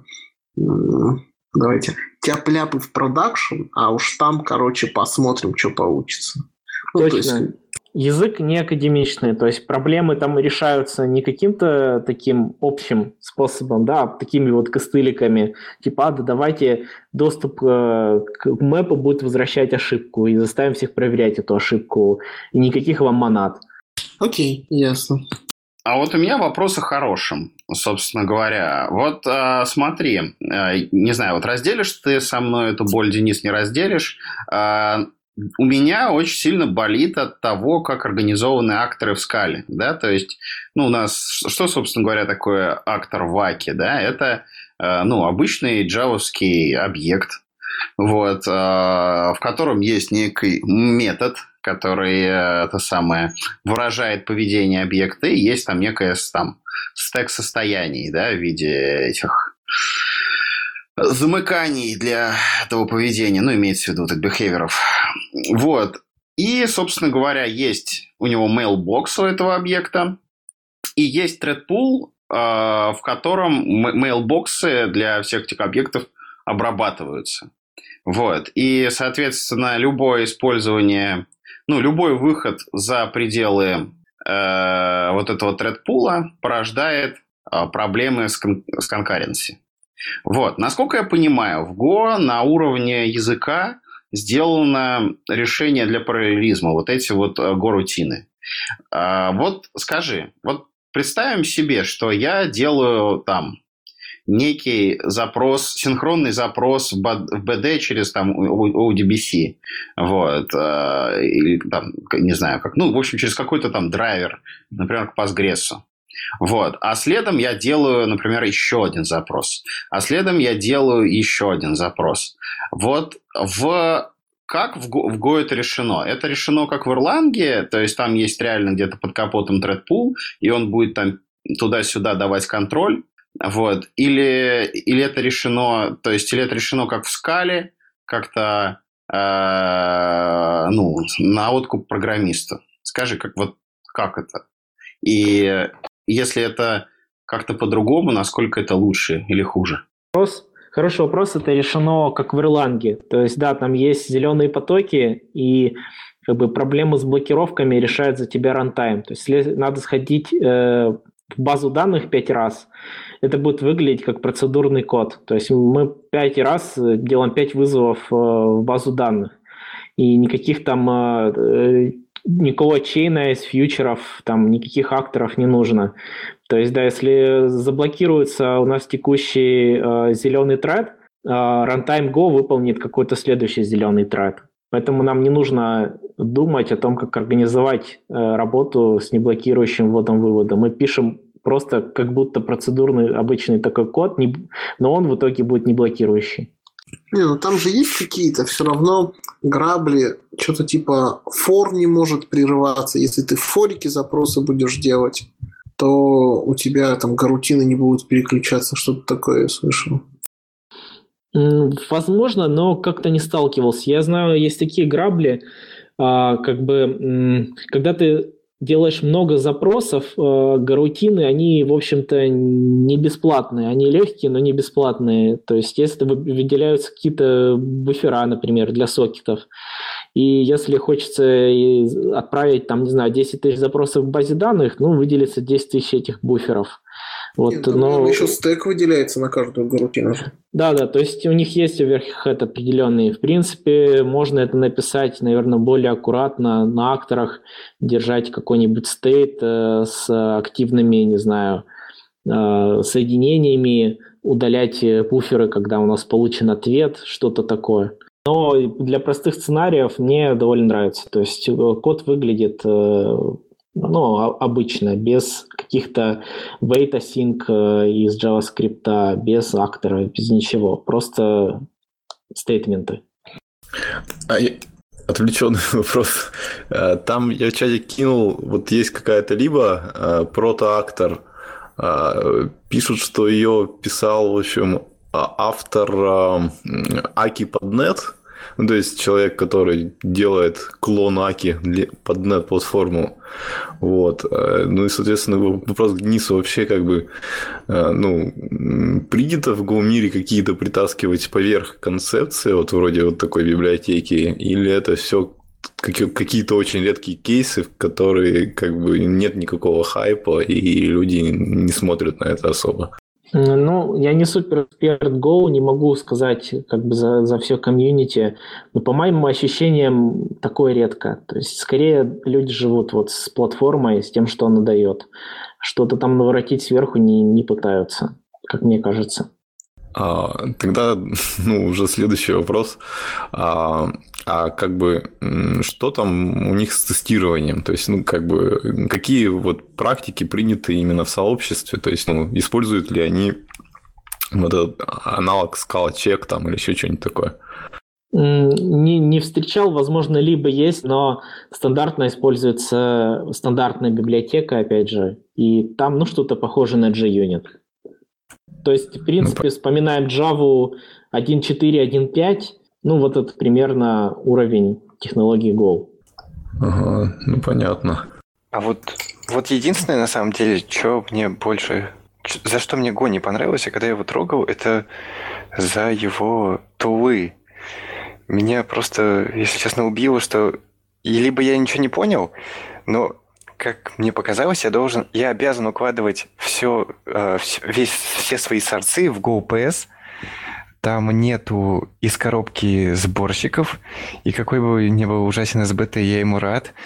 тяп-ляпы в продакшн, а уж там, посмотрим, что получится. Точно. Язык не академичный, то есть проблемы там решаются не каким-то таким общим способом, да, а такими вот костыликами, давайте доступ к мэпу будет возвращать ошибку, и заставим всех проверять эту ошибку, и никаких вам монад. Окей, ясно. А вот у меня вопрос о хорошем, собственно говоря. Вот смотри, не знаю, вот разделишь ты со мной эту боль, Денис, не разделишь. У меня очень сильно болит от того, как организованы акторы в скале, да, то есть, у нас, что, собственно говоря, такое актор в Аке, да, это, обычный джавовский объект, вот, в котором есть некий метод, который выражает поведение объекта, и есть там некое стек состояний, да, в виде этих замыканий для этого поведения, имеется в виду бихевиоров. Вот. И, собственно говоря, есть у него mailbox у этого объекта, и есть thread pool, в котором mailboxы для всех этих объектов обрабатываются. Вот. И, соответственно, любое использование, любой выход за пределы вот этого thread pool порождает проблемы с конкуренцией. Вот. Насколько я понимаю, в Go на уровне языка сделано решение для параллелизма, вот эти вот Go-рутины. Вот скажи, вот представим себе, что я делаю там некий запрос, синхронный запрос в BD через там ODBC, вот, или там, не знаю, как, ну, в общем, через какой-то там драйвер, например, к Postgres. Вот. А следом я делаю, например, еще один запрос. А следом я делаю еще один запрос. Вот как в Go это решено? Это решено как в Erlang, то есть там есть реально где-то под капотом thread pool, и он будет там туда-сюда давать контроль. Вот. Или это решено, то есть, или это решено как в скале, как-то на откуп программисту. Скажи, как это? И если это как-то по-другому, насколько это лучше или хуже? Хороший вопрос. Это решено как в Erlang. То есть, да, там есть зеленые потоки, и как бы проблему с блокировками решает за тебя runtime. То есть, если надо сходить в базу данных 5 раз, это будет выглядеть как процедурный код. То есть, мы 5 раз делаем 5 вызовов в базу данных. И никаких там... Никакого чейна из фьючеров, там никаких акторов не нужно. То есть, да, если заблокируется у нас текущий зеленый тред, runtime Go выполнит какой-то следующий зеленый тред. Поэтому нам не нужно думать о том, как организовать работу с неблокирующим вводом-выводом. Мы пишем просто как будто процедурный обычный такой код, но он в итоге будет не блокирующий. Не, ну там же есть какие-то все равно грабли, что-то типа фор не может прерываться. Если ты в форике запросы будешь делать, то у тебя там гарутины не будут переключаться, что-то такое я слышал. Возможно, но как-то не сталкивался. Я знаю, есть такие грабли, когда ты делаешь много запросов, гарутины, они, в общем-то, не бесплатные. Они легкие, но не бесплатные. То есть, если выделяются какие-то буфера, например, для сокетов, и если хочется отправить, там, не знаю, 10 тысяч запросов в базе данных, выделится 10 тысяч этих буферов. Вот, но еще стек выделяется на каждую гарутину. Да, то есть у них есть оверхед определенный. В принципе, можно это написать, наверное, более аккуратно на акторах, держать какой-нибудь стейт с активными, не знаю, соединениями, удалять буферы, когда у нас получен ответ, что-то такое. Но для простых сценариев мне довольно нравится. То есть код выглядит обычно, без каких-то wait async из JavaScript, без актора, без ничего. Просто стейтменты. Отвлеченный вопрос. Там я в чате кинул, вот есть какая-то либо протоактор, пишут, что ее писал, в общем, автор Aki.net, то есть человек, который делает клон Аки под .NET-платформу. Вот. Ну и, соответственно, вопрос к Денису вообще как бы принято в Go-мире какие-то притаскивать поверх концепции, вот вроде вот такой библиотеки, или это все какие-то очень редкие кейсы, в которые как бы нет никакого хайпа, и люди не смотрят на это особо? Я не супер эксперт Go, не могу сказать как бы за все комьюнити, но по моим ощущениям такое редко. То есть, скорее люди живут вот с платформой, с тем, что она дает. Что-то там наворотить сверху не пытаются, как мне кажется. Тогда, уже следующий вопрос. Как бы, что там у них с тестированием? То есть, какие вот практики приняты именно в сообществе? То есть, используют ли они вот этот аналог Scala-check там или еще что-нибудь такое? Не встречал, возможно, либо есть, но стандартно используется стандартная библиотека, опять же, и там, что-то похожее на JUnit. То есть, в принципе, вспоминаем Java 1.4, 1.5, вот это примерно уровень технологий Go. Ага, понятно. А вот единственное, на самом деле, что мне больше... За что мне Go не понравился, когда я его трогал, это за его тулы. Меня просто, если честно, убило, что... Либо я ничего не понял, но... Как мне показалось, я обязан укладывать все свои сорцы в GoPS. Там нету из коробки сборщиков. И какой бы ни был ужасен SBT, я ему рад.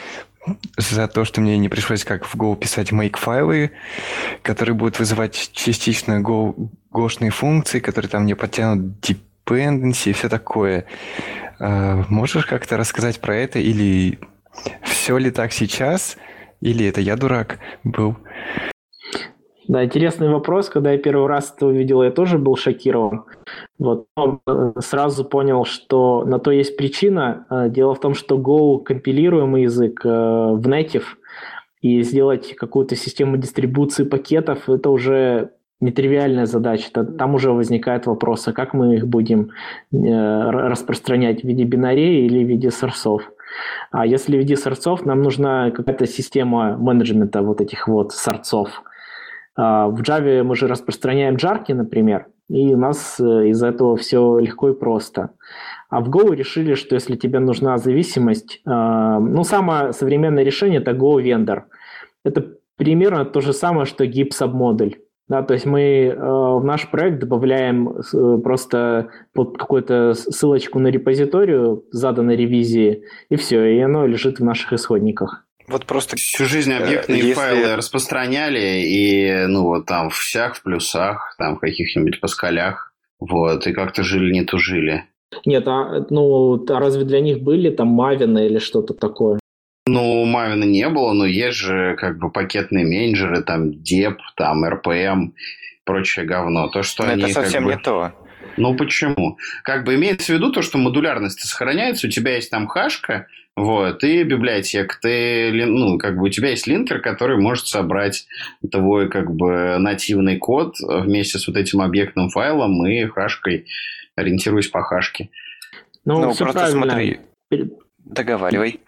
за то, что мне не пришлось как в Go писать make-файлы, которые будут вызывать частично Go-шные функции, которые там не подтянут dependency и все такое. Можешь как-то рассказать про это? Или все ли так сейчас? Или это я дурак был? Да, интересный вопрос. Когда я первый раз это увидел, я тоже был шокирован. Вот. Но сразу понял, что на то есть причина. Дело в том, что Go компилируемый язык в native, и сделать какую-то систему дистрибуции пакетов, это уже нетривиальная задача. Там уже возникают вопросы, как мы их будем распространять в виде бинарей или в виде сорсов. А если в виде сорсов, нам нужна какая-то система менеджмента вот этих вот сорсов. В Java мы же распространяем джарки, например, и у нас из-за этого все легко и просто. А в Go решили, что если тебе нужна зависимость, самое современное решение – это Go-вендор. Это примерно то же самое, что Git submodule. Да, то есть мы в наш проект добавляем просто под какую-то ссылочку на репозиторию заданной ревизии, и все, и оно лежит в наших исходниках. Вот просто всю жизнь объектные файлы распространяли, и там в всях, в плюсах, там в каких-нибудь паскалях, вот, и как-то жили, не тужили. Нет, разве для них были там Maven или что-то такое? Maven не было, но есть же как бы пакетные менеджеры, там dep, там RPM, прочее говно. То, что они это совсем не то. Почему? Как бы имеется в виду то, что модулярность сохраняется, у тебя есть там хашка, вот, и библиотека, у тебя есть линкер, который может собрать твой как бы нативный код вместе с вот этим объектным файлом и хашкой, ориентируясь по хашке. Просто правильно. Смотри, договаривай.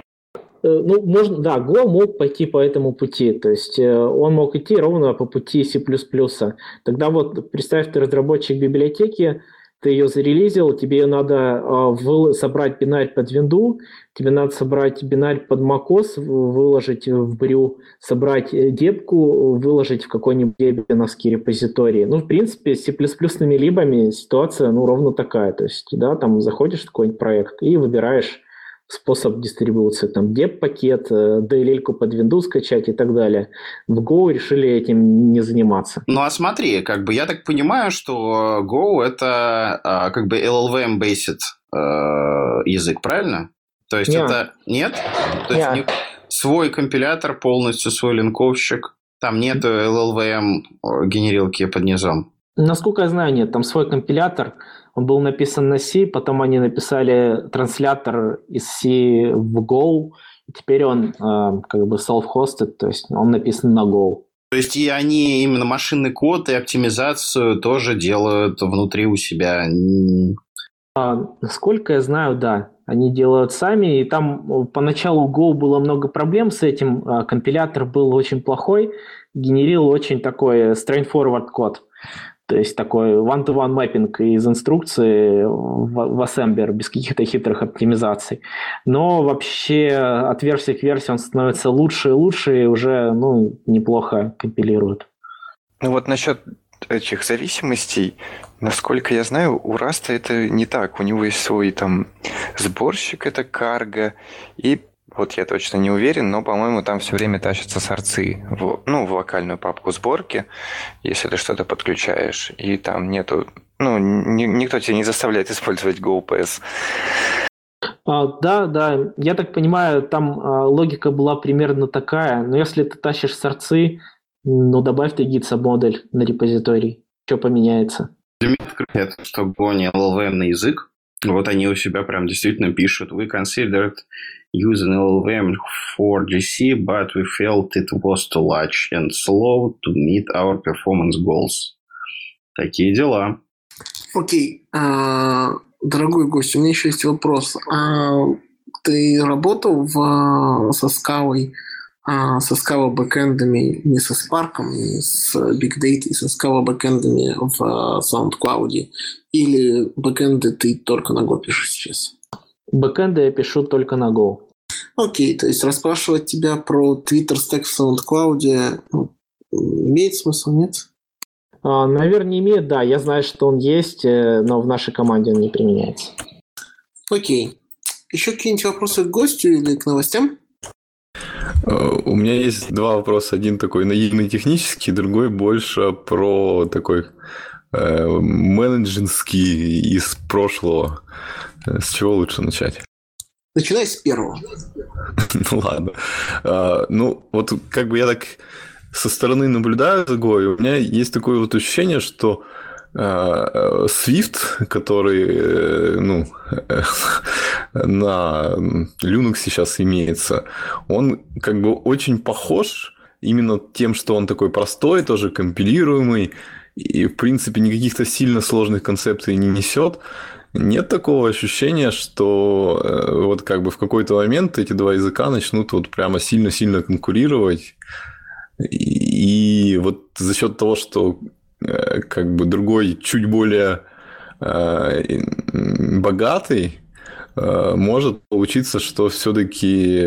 Go мог пойти по этому пути, то есть он мог идти ровно по пути C++. Тогда вот представь, ты разработчик библиотеки, ты ее зарелизил, тебе надо собрать бинарь под винду, тебе надо собрать бинарь под macOS, выложить в брю, собрать депку, выложить в какой-нибудь дебиновский репозиторий. В принципе, с C++-ными либами ситуация ровно такая. То есть, да, там заходишь в какой-нибудь проект и выбираешь способ дистрибуции, там деп-пакет, DLL-ку под Windows скачать и так далее. В Go решили этим не заниматься. А смотри, как бы я так понимаю, что Go это как бы LLVM-based язык, правильно? То есть это... Нет? То есть у них свой компилятор, полностью свой линковщик, там нету LLVM-генерилки под низом. Насколько я знаю, нет. Там свой компилятор, он был написан на C, потом они написали транслятор из C в Go, и теперь он как бы self-hosted, то есть он написан на Go. То есть и они именно машинный код и оптимизацию тоже делают внутри у себя? Насколько я знаю, да. Они делают сами, и там поначалу Go было много проблем с этим. Компилятор был очень плохой, генерил очень такой straightforward код. То есть такой one-to-one мэппинг из инструкции в ассемблер без каких-то хитрых оптимизаций. Но вообще от версии к версии он становится лучше и лучше, и уже неплохо компилирует. Насчет этих зависимостей, насколько я знаю, у Rust это не так. У него есть свой там сборщик, это Cargo, и вот я точно не уверен, но, по-моему, там все время тащатся сорцы в локальную папку сборки, если ты что-то подключаешь, и там нету... никто тебя не заставляет использовать GoPS. Да, я так понимаю, там логика была примерно такая, но если ты тащишь сорцы, добавь ты Git submodule на репозиторий, что поменяется? Для меня открыто, что Go не LLVM язык, вот они у себя прям действительно пишут: we considered using LLVM for GC, but we felt it was too large and slow to meet our performance goals. Такие дела. Окей. Дорогой гость, у меня еще есть вопрос. Ты работал со скалой, со Scala бэкэндами, не со Spark, не с Big Data, со Scala бэкэндами в SoundCloud? Или бэкэнды ты только на Go пишешь сейчас? Бэкэнды я пишу только на Go. Окей, то есть расспрашивать тебя про Twitter стек в SoundCloud имеет смысл, нет? Наверное, не имеет, да. Я знаю, что он есть, но в нашей команде он не применяется. Окей. Еще какие-нибудь вопросы к гостю или к новостям? У меня есть два вопроса. Один такой наивный технический, другой больше про такой менеджерский из прошлого. С чего лучше начать? Начинай с первого. Ну ладно. Ну, вот как бы я так со стороны наблюдаю за Go, у меня есть такое вот ощущение, что Swift, который на Linux сейчас имеется, он как бы очень похож именно тем, что он такой простой, тоже компилируемый, и, в принципе, никаких-то сильно сложных концепций не несет. Нет такого ощущения, что вот как бы в какой-то момент эти два языка начнут вот прямо сильно-сильно конкурировать. И вот за счет того, что как бы другой чуть более богатый, может получиться, что все-таки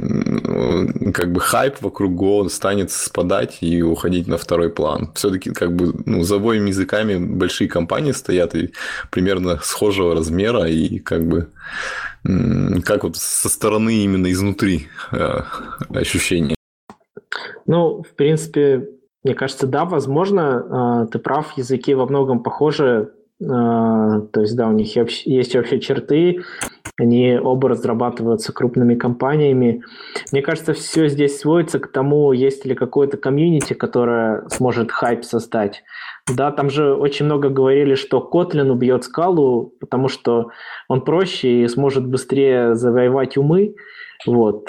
как бы хайп вокруг Go станет спадать и уходить на второй план. Все-таки как бы за обоими языками большие компании стоят и примерно схожего размера, и как бы как вот со стороны именно изнутри ощущения. Ну, в принципе, мне кажется, да, возможно, ты прав, языки во многом похожи, то есть, да, у них есть вообще черты, они оба разрабатываются крупными компаниями. Мне кажется, все здесь сводится к тому, есть ли какое-то комьюнити, которое сможет хайп создать. Да, там же очень много говорили, что Kotlin убьет Scala, потому что он проще и сможет быстрее завоевать умы, вот,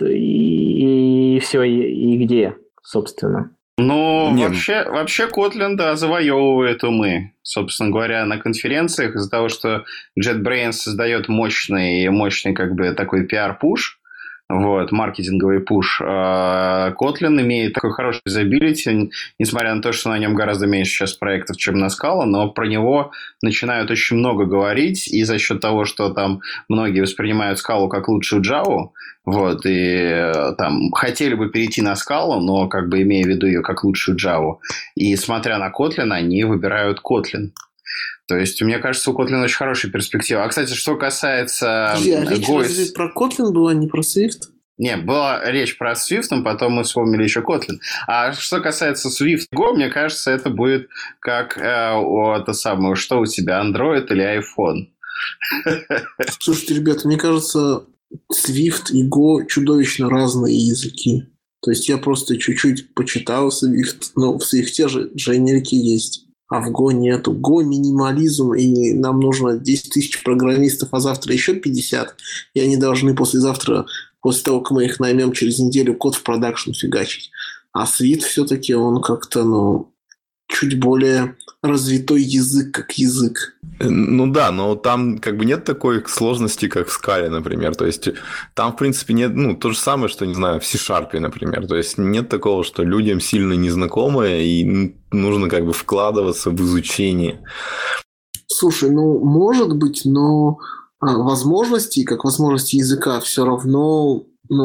и все, и где, собственно. Ну, вообще Kotlin, да, завоевывает умы. Собственно говоря, на конференциях из-за того, что JetBrains создает мощный как бы такой PR-пуш, вот, маркетинговый пуш, Kotlin имеет такой хороший юзабилити, несмотря на то, что на нем гораздо меньше сейчас проектов, чем на Scala, но про него начинают очень много говорить, и за счет того, что там многие воспринимают Scala как лучшую Java, вот, и там хотели бы перейти на Scala, но как бы имея в виду ее как лучшую Java, и смотря на Kotlin, они выбирают Kotlin. То есть, мне кажется, у Kotlin очень хорошая перспектива. А, кстати, что касается... Речь разве про Kotlin была, не про Swift? Не, была речь про Swift, но потом мы вспомнили еще Kotlin. А что касается Swift Go, мне кажется, это будет как то самое, что у тебя, Android или iPhone? Слушайте, ребята, мне кажется, Swift и Go чудовищно разные языки. То есть, я просто чуть-чуть почитал Swift, но в Swift же дженерики есть. А в Go нету. Go минимализм, и нам нужно 10 тысяч программистов, а завтра еще 50. И они должны послезавтра, после того, как мы их наймем через неделю, код в продакшн фигачить. А Swift все-таки он как-то, чуть более развитой язык, как язык. Ну да, но там как бы нет такой сложности, как в Scala, например. То есть там, в принципе, нет, то же самое, что, не знаю, в C-Sharp, например. То есть нет такого, что людям сильно незнакомое, и нужно как бы вкладываться в изучение. Слушай, может быть, но возможностей, как возможности языка, все равно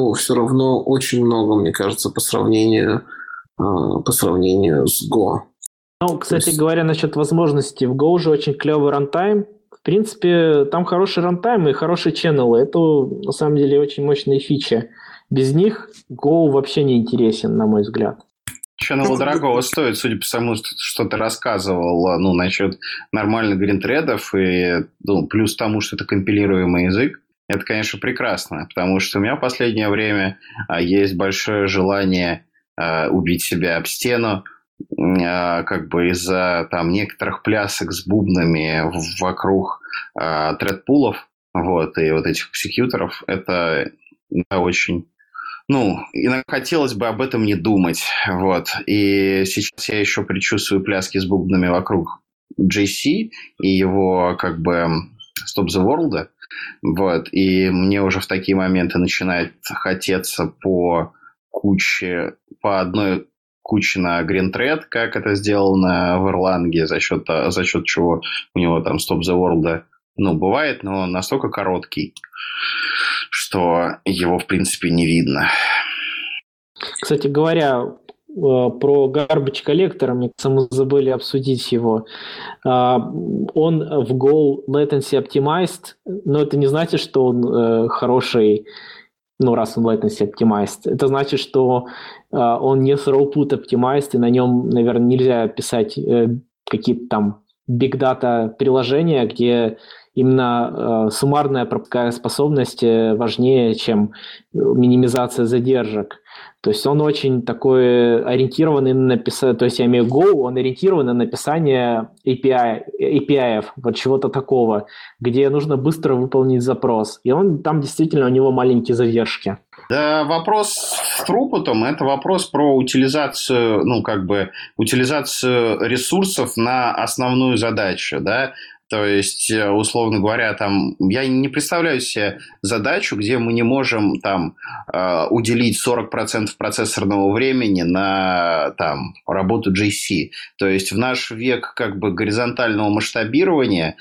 очень много, мне кажется, по сравнению с Go. Кстати говоря, насчет возможностей, в Go уже очень клевый рантайм. В принципе, там хороший рантайм и хорошие ченнелы. Это, на самом деле, очень мощные фичи. Без них Go вообще не интересен, на мой взгляд. Ченнелы дорогого стоит, судя по тому, что ты рассказывал, насчет нормальных гринтредов и плюс тому, что это компилируемый язык. Это, конечно, прекрасно, потому что у меня в последнее время есть большое желание убить себя об стену, как бы из-за там некоторых плясок с бубнами вокруг тредпулов, вот, и вот этих экзекьюторов. Это очень... иногда хотелось бы об этом не думать, вот. И сейчас я еще предчувствую пляски с бубнами вокруг JC и его, как бы, Stop the World, вот. И мне уже в такие моменты начинает хотеться по одной куче на GreenThread, как это сделано в Erlang, за счет чего у него там Stop the World, бывает, но он настолько короткий, что его, в принципе, не видно. Кстати говоря, про Garbage Collector, мне кажется, мы забыли обсудить его. Он в Go latency optimized, но это не значит, что он хороший раз он latency optimized, это значит, что он не throughput optimized, и на нем, наверное, нельзя писать какие-то там big data приложения, где именно суммарная пропускная способность важнее, чем минимизация задержек. То есть он очень такой ориентированный на написание, то есть я имею Go, он ориентирован на написание API, вот чего-то такого, где нужно быстро выполнить запрос. И он там действительно у него маленькие задержки. Да, вопрос с throughput – это вопрос про утилизацию, утилизацию ресурсов на основную задачу, да. То есть, условно говоря, там, я не представляю себе задачу, где мы не можем там уделить 40% процессорного времени на там, работу JC. То есть, в наш век горизонтального масштабирования,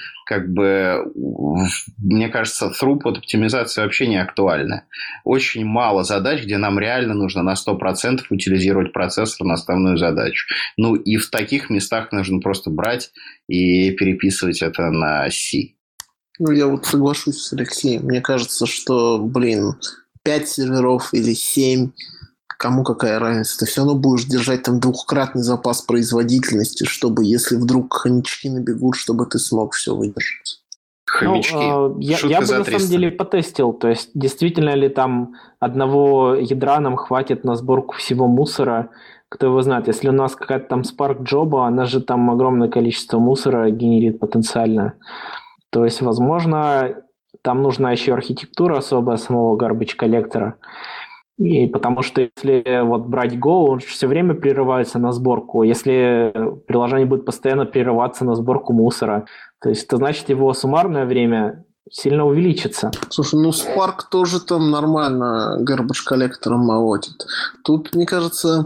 мне кажется, throughput оптимизация вообще не актуальна. Очень мало задач, где нам реально нужно на 100% утилизировать процессор на основную задачу. И в таких местах нужно просто брать и переписывать это на C. Я соглашусь с Алексеем. Мне кажется, что, 5 серверов или 7, кому какая разница, ты все равно будешь держать там 2-кратный запас производительности, чтобы, если вдруг хомячки набегут, чтобы ты смог все выдержать. Хомячки. Я бы на самом деле потестил, то есть действительно ли там одного ядра нам хватит на сборку всего мусора. Кто его знает, если у нас какая-то там Spark Job, она же там огромное количество мусора генерит потенциально. То есть, возможно, там нужна еще архитектура особая самого garbage коллектора. И потому что если брать Go, он все время прерывается на сборку. Если приложение будет постоянно прерываться на сборку мусора, то есть это значит, его суммарное время сильно увеличится. Слушай, Spark тоже там нормально garbage коллектором молотит. Тут, мне кажется,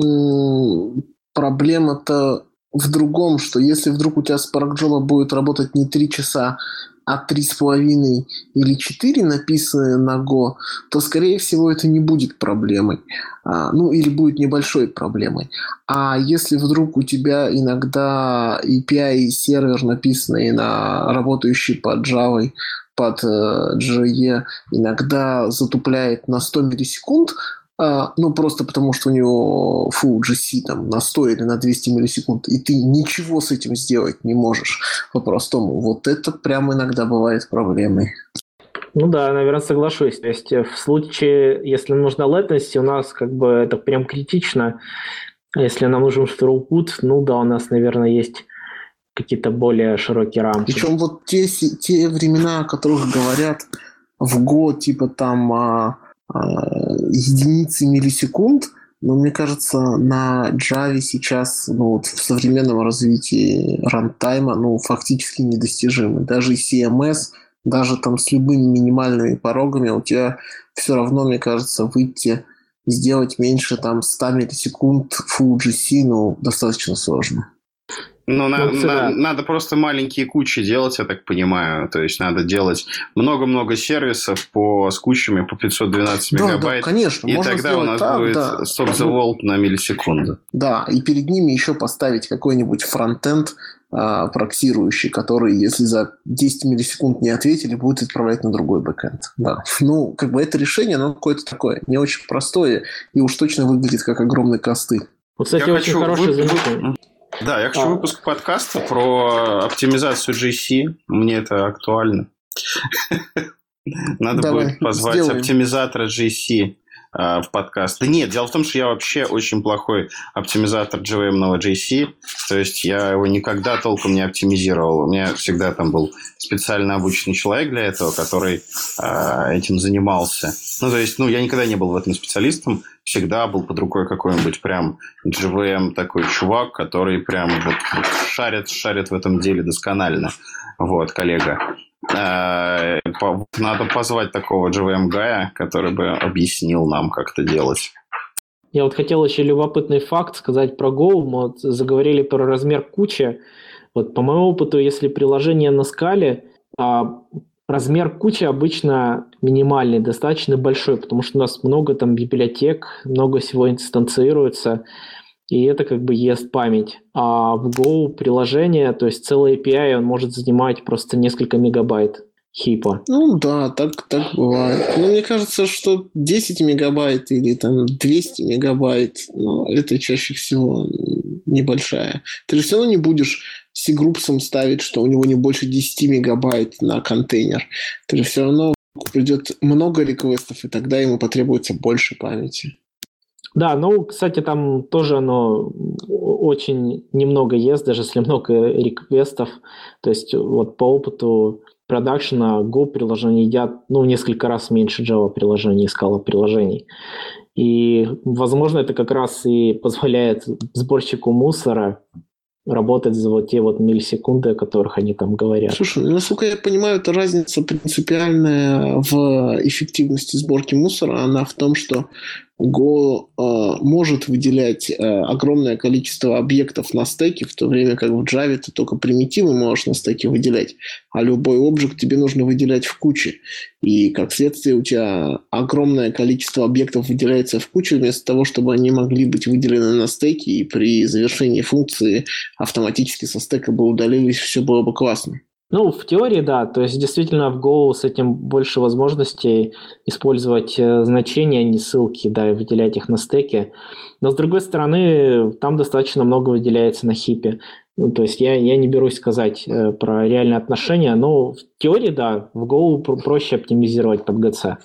проблема-то в другом, что если вдруг у тебя Spark Job будет работать не 3 часа, а 3,5 или 4 написанные на Go, то, скорее всего, это не будет проблемой. Или будет небольшой проблемой. А если вдруг у тебя иногда API и сервер, написанный работающий под Java, под JE, иногда затупляет на 100 миллисекунд, просто потому, что у него full GC там на 100 или на 200 миллисекунд, и ты ничего с этим сделать не можешь по-простому. Это прямо иногда бывает проблемой. Да, наверное, соглашусь. То есть в случае, если нужна latency, у нас это прям критично. Если нам нужен throughput, у нас, наверное, есть какие-то более широкие рамки. Причем те времена, о которых говорят в Go, типа там единицы миллисекунд, но мне кажется, на Java сейчас в современном развитии рантайма фактически недостижимы. Даже CMS, даже там с любыми минимальными порогами у тебя все равно, мне кажется, сделать меньше там 100 миллисекунд Full GC достаточно сложно. Надо просто маленькие кучи делать, я так понимаю. То есть надо делать много-много сервисов с кучами по 512 мегабайт. Да, конечно. И тогда у нас будет stop the world на миллисекунду. Да, и перед ними еще поставить какой-нибудь фронтенд проксирующий, который, если за 10 миллисекунд не ответили, будет отправлять на другой бэкэнд. Да. Это решение, оно какое-то такое не очень простое и уж точно выглядит как огромный костыль. Кстати, очень хорошее замечание. Да, я хочу выпуск подкаста про оптимизацию GC. Мне это актуально. Надо будет позвать оптимизатора GC в подкаст. Да нет, дело в том, что я вообще очень плохой оптимизатор JVM-ного GC. То есть я его никогда толком не оптимизировал. У меня всегда там был специально обученный человек для этого, который этим занимался. Я никогда не был в этом специалистом. Всегда был под рукой какой-нибудь прям JVM такой чувак, который прям шарит в этом деле досконально. Коллега. Надо позвать такого JVM-гая, который бы объяснил нам, как это делать. Я хотел еще любопытный факт сказать про Go. Мы заговорили про размер кучи. По моему опыту, если приложение на скале, размер кучи обычно минимальный, достаточно большой, потому что у нас много там библиотек, много всего инстанцируется, и это ест память. А в Go приложение, то есть целый API, он может занимать просто несколько мегабайт. хипа. Ну да, так бывает. Но мне кажется, что 10 мегабайт или там 200 мегабайт, ну, это чаще всего небольшая. Ты же все равно не будешь C-группсом ставить, что у него не больше 10 мегабайт на контейнер. Ты же все равно придет много реквестов, и тогда ему потребуется больше памяти. Да, ну, кстати, там тоже оно очень немного ест, даже если много реквестов. То есть вот по опыту продакшена Go-приложения едят в несколько раз меньше Java-приложений и Scala-приложений. И, возможно, это как раз и позволяет сборщику мусора работать за вот те вот миллисекунды, о которых они там говорят. Слушай, насколько я понимаю, эта разница принципиальная в эффективности сборки мусора. Она в том, что Go может выделять огромное количество объектов на стеке, в то время как в Java ты только примитивы можешь на стеке выделять, а любой объект тебе нужно выделять в куче. И как следствие у тебя огромное количество объектов выделяется в кучу, вместо того, чтобы они могли быть выделены на стеке, и при завершении функции автоматически со стека бы удалились, все было бы классно. Ну, в теории, да. То есть, действительно, в Go с этим больше возможностей использовать значения, а не ссылки, да, и выделять их на стеке. Но, с другой стороны, там достаточно много выделяется на хипе. Ну, то есть, я не берусь сказать про реальные отношения, но в теории, да, в Go проще оптимизировать под GC.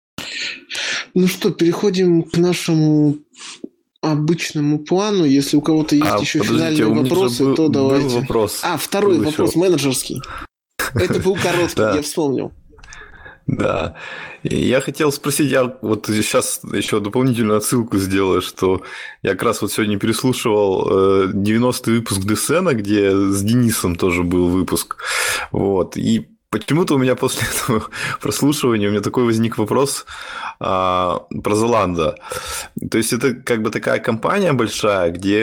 Ну что, переходим к нашему обычному плану. Если у кого-то есть еще финальные вопросы, то давайте. Второй вопрос, менеджерский. Это был короткий, я вспомнил. Да. Я хотел спросить, я вот сейчас еще дополнительную отсылку сделаю, что я как раз вот сегодня переслушивал 90-й выпуск Десена, где с Денисом тоже был выпуск. Вот. И почему-то у меня после этого прослушивания у меня такой возник вопрос про Zalando. То есть это как бы такая компания большая, где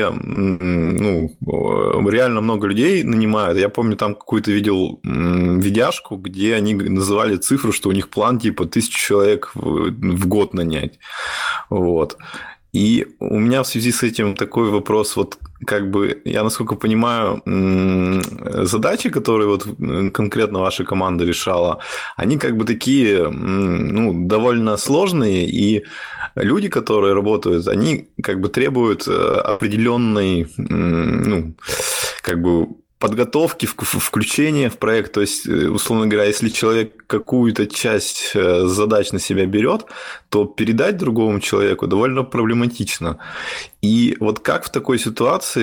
реально много людей нанимают. Я помню, там какую-то видел видяшку, где они называли цифру, что у них план типа 1000 человек в год нанять. Вот. И у меня в связи с этим такой вопрос, вот как бы я, насколько понимаю, задачи, которые вот конкретно ваша команда решала, они как бы такие, довольно сложные, и люди, которые работают, они как бы требуют определенной, как бы подготовки, включения в проект. То есть, условно говоря, если человек какую-то часть задач на себя берет, то передать другому человеку довольно проблематично. И вот как в такой ситуации,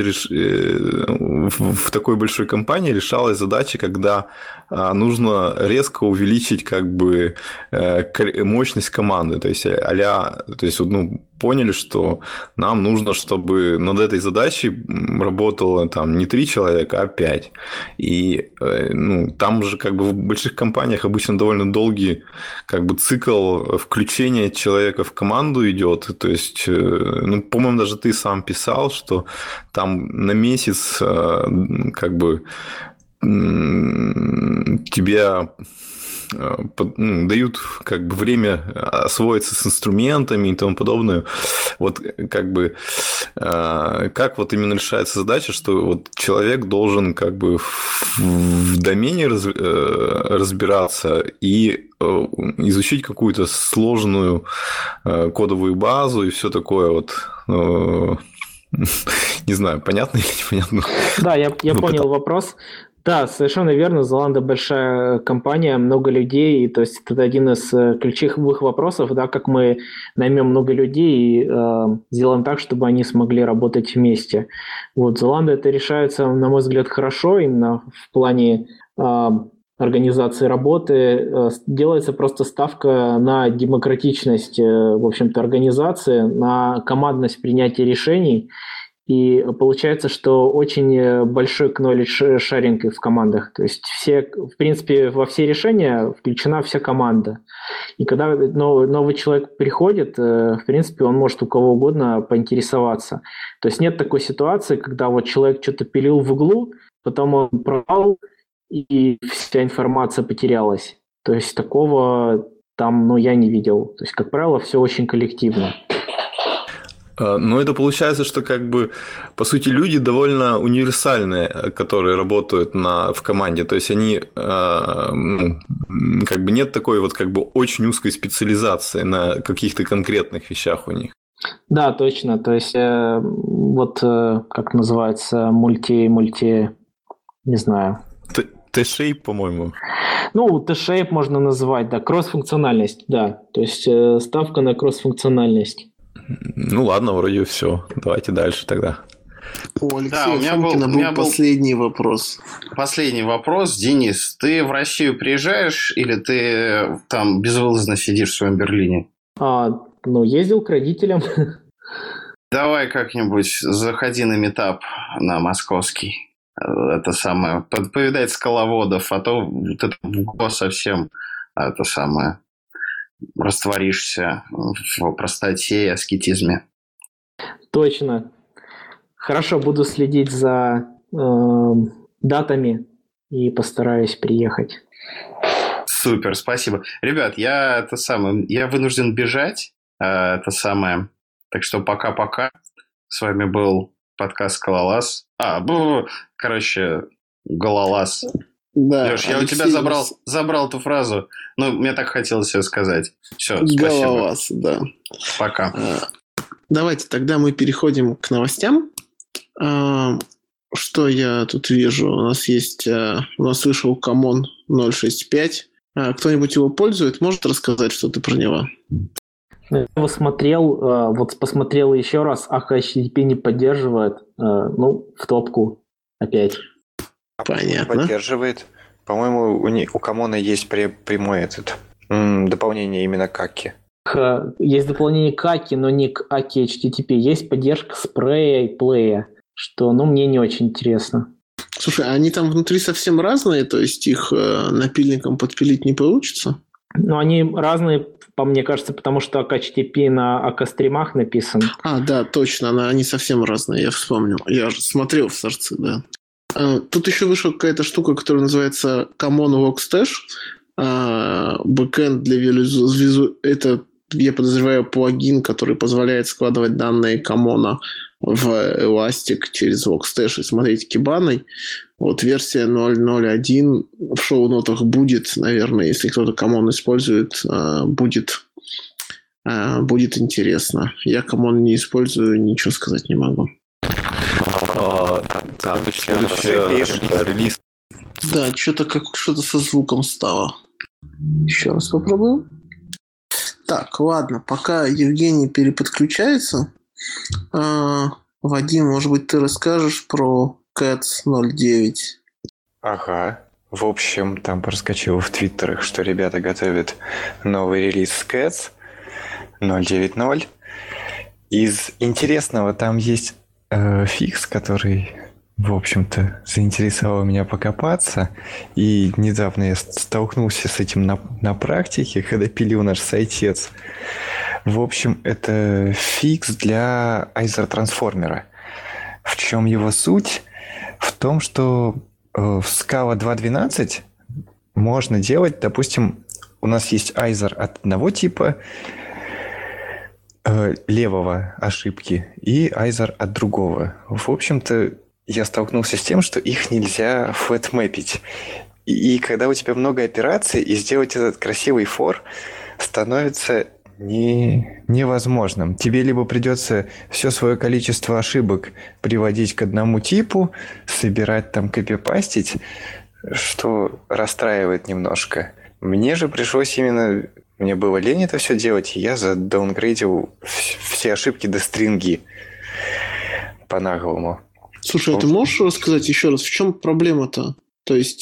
в такой большой компании решалась задача, когда нужно резко увеличить как бы мощность команды? То есть, поняли, что нам нужно, чтобы над этой задачей работало там не 3 человека, а 5. И там же как бы в больших компаниях обычно довольно долгий как бы цикл включения человека в команду идет. То есть, по-моему, даже ты сам писал, что там на месяц как бы тебе дают как бы время освоиться с инструментами и тому подобное. Вот как бы как вот именно решается задача, что вот человек должен как бы в домене разбираться и изучить какую-то сложную кодовую базу и все такое вот. Не знаю, понятно или непонятно. Да, я понял вопрос. Да, совершенно верно. Zalando большая компания, много людей. То есть это один из ключевых вопросов, да, как мы наймем много людей и сделаем так, чтобы они смогли работать вместе. Вот Zalando это решается, на мой взгляд, хорошо, именно в плане организации работы. Делается просто ставка на демократичность, в общем-то, организации, на командность принятия решений. И получается, что очень большой knowledge-sharing в командах. То есть в принципе, во все решения включена вся команда. И когда новый человек приходит, в принципе, он может у кого угодно поинтересоваться. То есть нет такой ситуации, когда вот человек что-то пилил в углу, потом он пропал, и вся информация потерялась. То есть такого там, я не видел. То есть, как правило, все очень коллективно. Но это получается, что как бы, по сути, люди довольно универсальные, которые работают в команде. То есть они как бы нет такой вот как бы очень узкой специализации на каких-то конкретных вещах у них. Да, точно. То есть вот как называется не знаю. T-shape, по-моему. Ну, T-shape можно назвать, да, кросс-функциональность, да. То есть ставка на кросс-функциональность. Ну ладно, вроде все. Давайте дальше тогда. У Алексея Фомкина был последний вопрос. Последний вопрос. Денис, ты в Россию приезжаешь или ты там безвылазно сидишь в своем Берлине? Ездил к родителям. Давай как-нибудь заходи на митап на московский. Это самое. Повидать скаловодов, а то ты там совсем это самое растворишься в простоте и аскетизме. Точно. Хорошо, буду следить за датами и постараюсь приехать. Супер, спасибо. Ребят, я вынужден бежать. Так что пока-пока. С вами был подкаст «Скалолаз». «Гололаз». Да, Леш, я у тебя забрал эту фразу, но мне так хотелось ее сказать. Все, спасибо. «Гололаз», да. Пока. Давайте тогда мы переходим к новостям. Что я тут вижу? У нас вышел Common 0.6.5. Кто-нибудь его пользует? Может рассказать что-то про него? Я его смотрел, посмотрел еще раз, HTTP не поддерживает, в топку опять. Понятно. Поддерживает. По-моему, у Common есть прямое дополнение именно к ACI. Есть дополнение к ACI, но не к ACI HTTP. Есть поддержка спрея и плея, что, мне не очень интересно. Слушай, они там внутри совсем разные, то есть их напильником подпилить не получится? Они разные, по мне кажется, потому что HTTP на AK-стримах написан. Да, точно, они совсем разные, я вспомнил. Я же смотрел в сорцы, да. Тут еще вышла какая-то штука, которая называется Common Workstash. Бэкэнд для это, я подозреваю, плагин, который позволяет складывать данные Common в Elastic через Workstash и смотреть кибаной. Вот версия 0.0.1 в шоу-нотах будет, наверное, если кто-то Common использует, будет интересно. Я Common не использую, ничего сказать не могу. Релиз. Да, что-то со звуком стало. Еще раз попробую. Так, ладно, пока Евгений переподключается, Вадим, может быть, ты расскажешь про Cats 0.9? Ага. В общем, там проскочило в твиттерах, что ребята готовят новый релиз Cats 0.9.0. Из интересного там есть фикс, который, в общем-то, заинтересовал меня покопаться. И недавно я столкнулся с этим на практике, когда пилил наш сайтец. В общем, это фикс для Айзер-трансформера. В чем его суть? В том, что в Scala 2.12 можно делать, допустим, у нас есть Айзер от одного типа левого ошибки и Айзер от другого. В общем-то, я столкнулся с тем, что их нельзя флетмэпить. И когда у тебя много операций, и сделать этот красивый for становится невозможным. Тебе либо придется все свое количество ошибок приводить к одному типу, собирать там, копипастить, что расстраивает немножко. Мне же пришлось мне было лень это все делать, и я задаунгрейдил все ошибки до стринги по-наглому. Слушай, а ты можешь рассказать еще раз, в чем проблема-то? То есть,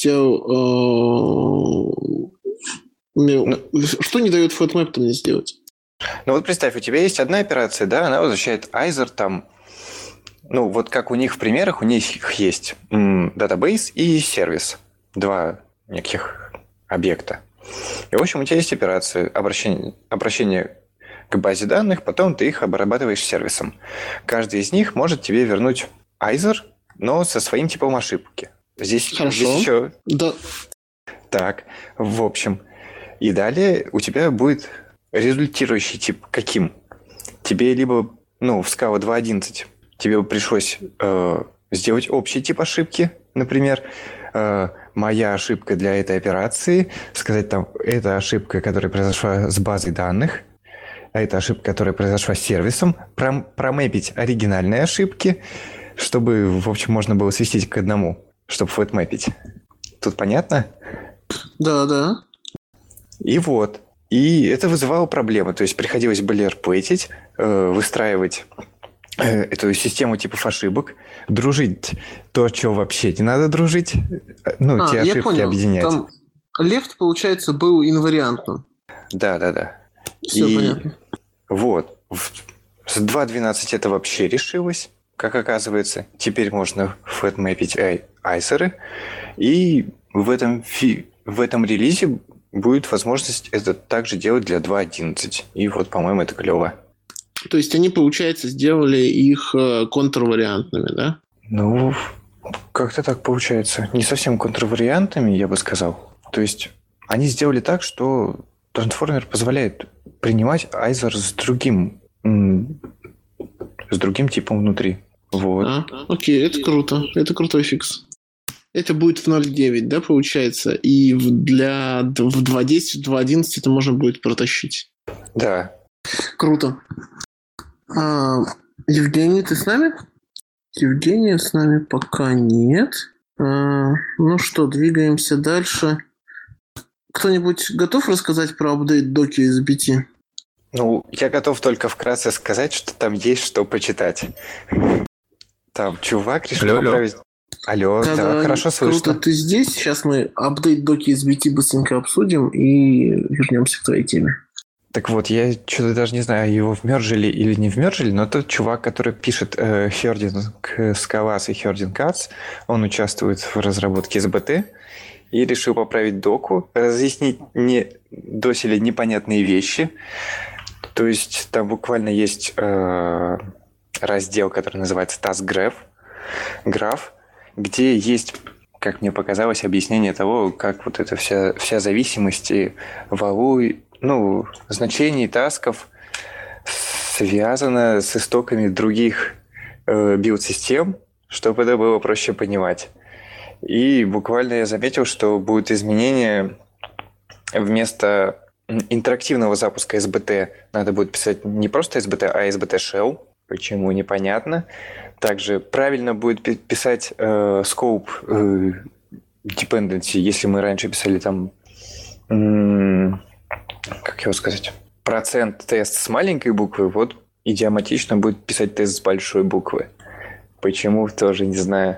что не дает флетмэп-то мне сделать? Вот представь, у тебя есть одна операция, да, она возвращает Айзер там, вот как у них в примерах, у них есть датабейс и сервис, два неких объекта. И, в общем, у тебя есть операция обращение к базе данных, потом ты их обрабатываешь сервисом. Каждый из них может тебе вернуть Айзер, но со своим типом ошибки. Здесь еще... Да. Так, в общем. И далее у тебя будет результирующий тип каким? Тебе либо в Scala 2.11 тебе бы пришлось сделать общий тип ошибки, например, моя ошибка для этой операции, сказать там, это ошибка, которая произошла с базой данных, а это ошибка, которая произошла с сервисом, промэпить оригинальные ошибки, чтобы, в общем, можно было свести к одному, чтобы флетмэпить. Тут понятно? Да. И вот. И это вызывало проблемы. То есть приходилось балерплейтить, выстраивать эту систему типов ошибок, дружить то, что вообще не надо дружить, те ошибки объединять. Там left, получается, был инвариантным. Да. Все понятно. Вот. С 2.12 это вообще решилось, как оказывается. Теперь можно флетмэпить айсеры. И в этом релизе будет возможность это также делать для 2.11. И вот, по-моему, это клево. То есть они, получается, сделали их контрвариантными, да? Как-то так получается. Не совсем контрвариантами, я бы сказал. То есть они сделали так, что трансформер позволяет принимать айзер с другим типом внутри. Вот. Окей, это круто. Это крутой фикс. Это будет в 0.9, да, получается? И в 2.10, в 2.11 это можно будет протащить. Да. Круто. Евгений, ты с нами? Евгения с нами пока нет. Ну что, двигаемся дальше. Кто-нибудь готов рассказать про апдейт доки из BT? Я готов только вкратце сказать, что там есть что почитать. Там чувак решил поправить... Алло, да, хорошо слышно. Круто, ты здесь? Сейчас мы апдейт доки из BT быстренько обсудим и вернемся к твоей теме. Так вот, я что-то даже не знаю, его вмержили или не вмержили, но тот чувак, который пишет Herding Scalars и Herding Cats, он участвует в разработке SBT и решил поправить доку, разъяснить доселе непонятные вещи. То есть там буквально есть раздел, который называется Task Graph, где есть, как мне показалось, объяснение того, как вот эта вся зависимость и валу, значений тасков связано с истоками других билд-систем, чтобы это было проще понимать. И буквально я заметил, что будет изменение вместо интерактивного запуска SBT надо будет писать не просто SBT, а SBT Shell. Почему, непонятно. Также правильно будет писать scope dependency, если мы раньше писали там, как его сказать, процент тест с маленькой буквы, вот идиоматично будет писать тест с большой буквы. Почему, тоже не знаю.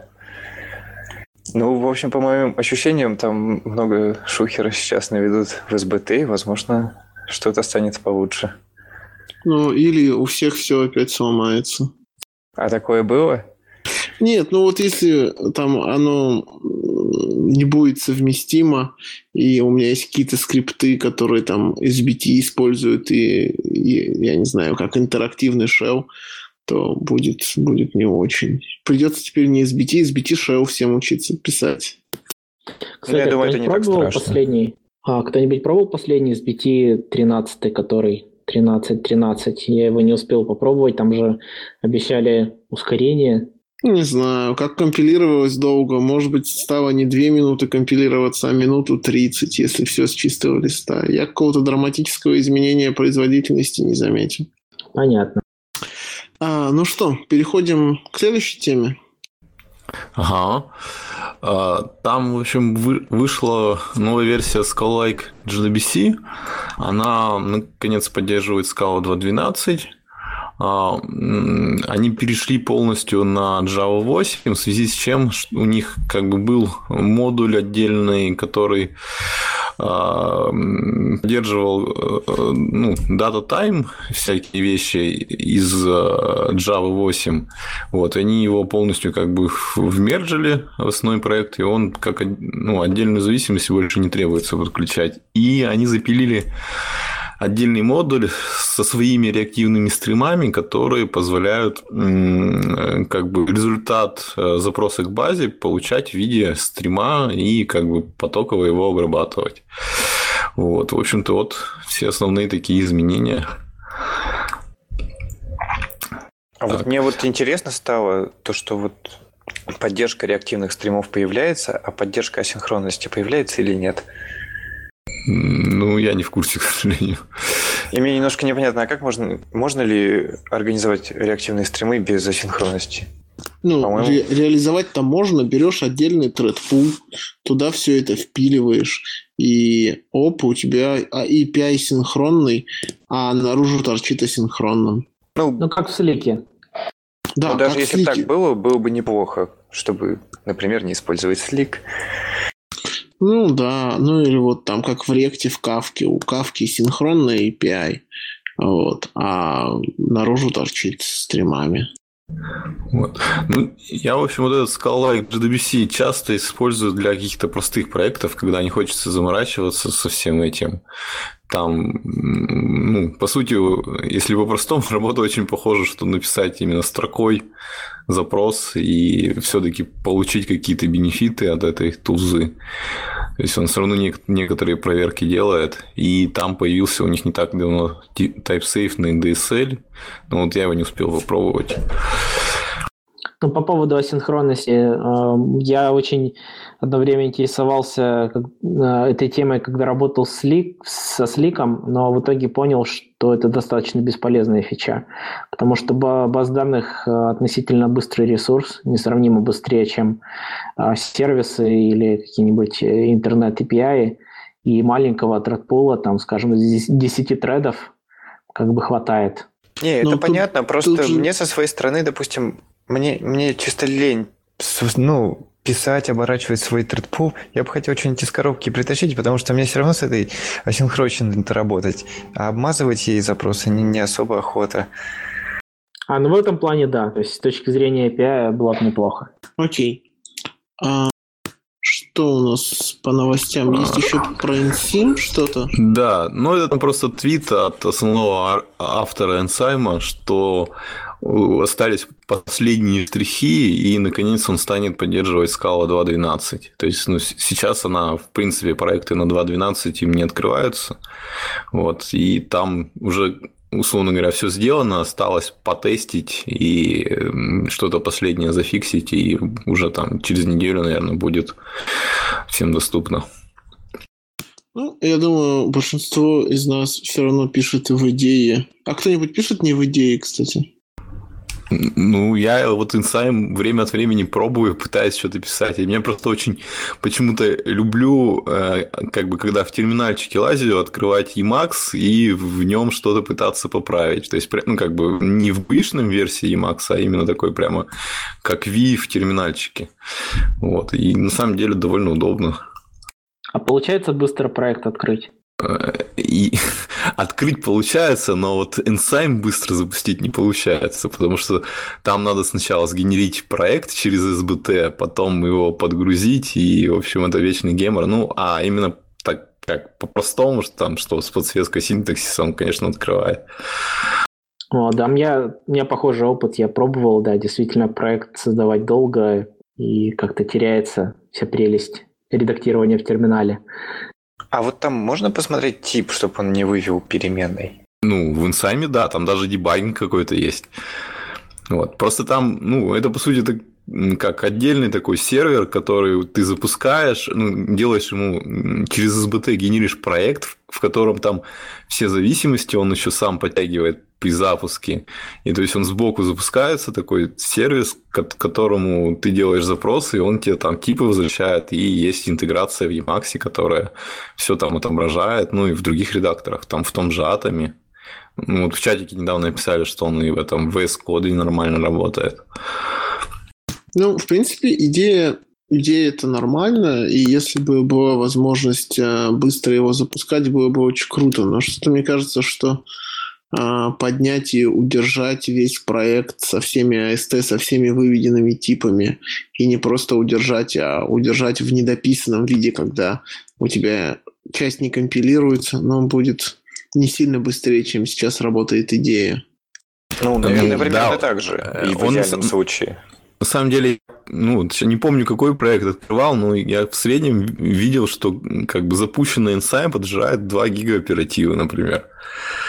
В общем, по моим ощущениям, там много шухера сейчас наведут в SBT, и, возможно, что-то станет получше. Или у всех все опять сломается. А такое было? Нет, если там оно не будет совместимо, и у меня есть какие-то скрипты, которые там SBT используют, и я не знаю, как интерактивный shell, то будет не очень. Придется теперь не SBT shell всем учиться писать. Кстати, я думаю, это не так страшно. Кто-нибудь пробовал последний SBT 13, который 13.13? Я его не успел попробовать, там же обещали ускорение. Не знаю, как компилировалось долго. Может быть, стало не 2 минуты компилироваться, а минуту 30, если все с чистого листа. Я какого-то драматического изменения производительности не заметил. Понятно. Ну что, переходим к следующей теме. Ага. Там, в общем, вышла новая версия Scala-like JDBC. Она, наконец, поддерживает Scala 2.12. Они перешли полностью на Java 8, в связи с чем у них был модуль отдельный, который поддерживал data time, всякие вещи из Java 8. Вот, они его полностью вмержили в основной проект, и он как отдельную зависимость больше не требуется подключать. И они запилили отдельный модуль со своими реактивными стримами, которые позволяют результат запроса к базе получать в виде стрима и потоково его обрабатывать. Вот, в общем-то, все основные такие изменения. А вот мне вот интересно стало то, что вот поддержка реактивных стримов появляется, а поддержка асинхронности появляется или нет? Ну, я не в курсе, к сожалению. И мне немножко непонятно, а как можно ли организовать реактивные стримы без асинхронности? Ну, реализовать-то можно, берешь отдельный thread-пул, туда все это впиливаешь, и у тебя API синхронный, а наружу торчит асинхронным. Ну, как в Slack. Да, ну, даже если так было бы неплохо, чтобы, например, не использовать Slack. Ну да, ну или вот там как в React в Kafka. У Kafka синхронная API, вот, а наружу торчит стримами. Вот. Ну, я, в общем, вот этот Scala JDBC часто использую для каких-то простых проектов, когда не хочется заморачиваться со всем этим. Там, ну, по сути, если по-простому, работа очень похожа, что написать именно строкой запрос и все-таки получить какие-то бенефиты от этой тулзы. То есть он все равно некоторые проверки делает, и там появился у них не так давно TypeSafe на DSL, но вот я его не успел попробовать. Ну, по поводу асинхронности, я очень одно время интересовался этой темой, когда работал со Slack, но в итоге понял, что это достаточно бесполезная фича, потому что баз данных относительно быстрый ресурс, несравнимо быстрее, чем сервисы или какие-нибудь интернет-API, и маленького thread-пула, там, скажем, из 10 тредов как бы хватает. Не, это понятно, просто мне со своей стороны, допустим, мне чисто лень, ну, писать, оборачивать свой thread-pool. Я бы хотел что-нибудь из коробки притащить, потому что мне все равно с этой асинхронностью работать. А обмазывать ей запросы не особо охота. Ну в этом плане да. То есть с точки зрения API было бы неплохо. Окей. Что у нас по новостям? Есть еще про Enzyme что-то? Да, ну это просто твит от основного автора Enzyme, что остались последние штрихи, и наконец он станет поддерживать Scala 2.12. То есть, ну, сейчас она, в принципе, проекты на 2.12 им не открываются. Вот, и там уже, условно говоря, все сделано, осталось потестить и что-то последнее зафиксить, и уже там через неделю, наверное, будет всем доступно. Ну, я думаю, большинство из нас все равно пишет в идее. А кто-нибудь пишет не в идее, кстати? Ну, я вот Enzyme время от времени пробую, пытаюсь что-то писать. И я просто очень почему-то люблю, как бы, когда в терминальчике лазю, открывать Emacs и в нем что-то пытаться поправить. То есть, ну, как бы не в GUI-шном версии Emacs, а именно такой прямо как V в терминальчике. Вот. И на самом деле довольно удобно. А получается быстро проект открыть? И открыть получается, но вот Enzyme быстро запустить не получается, потому что там надо сначала сгенерить проект через SBT, потом его подгрузить, и, в общем, это вечный гемор. Ну, а именно так, как по-простому, что там, что с подсветкой синтаксиса он, конечно, открывает. Да, у меня похожий опыт, я пробовал, да, действительно проект создавать долго, и как-то теряется вся прелесть редактирования в терминале. А вот там можно посмотреть тип, чтобы он не вывел переменной? Ну, в Enzyme, да, там даже дебагинг какой-то есть. Вот. Просто там, ну, это, по сути, это как отдельный такой сервер, который ты запускаешь, ну, делаешь ему через SBT, генеришь проект, в котором там все зависимости он еще сам подтягивает при запуске. И то есть он сбоку запускается, такой сервис, к которому ты делаешь запросы, и он тебе там типы возвращает, и есть интеграция в Emacs, которая все там отображает, ну и в других редакторах, там в том же Atom. Ну, вот в чатике недавно написали, что он и в этом VS Code нормально работает. Ну, в принципе, идея это нормально, и если бы была возможность быстро его запускать, было бы очень круто. Но что-то мне кажется, что поднять и удержать весь проект со всеми AST, со всеми выведенными типами, и не просто удержать, а удержать в недописанном виде, когда у тебя часть не компилируется, но он будет не сильно быстрее, чем сейчас работает идея. Ну, наверное, примерно так же, и в идеальном случае. На самом деле, ну, не помню, какой проект открывал, но я в среднем видел, что как бы запущенный Enzyme поджирает 2 гига оперативы, например.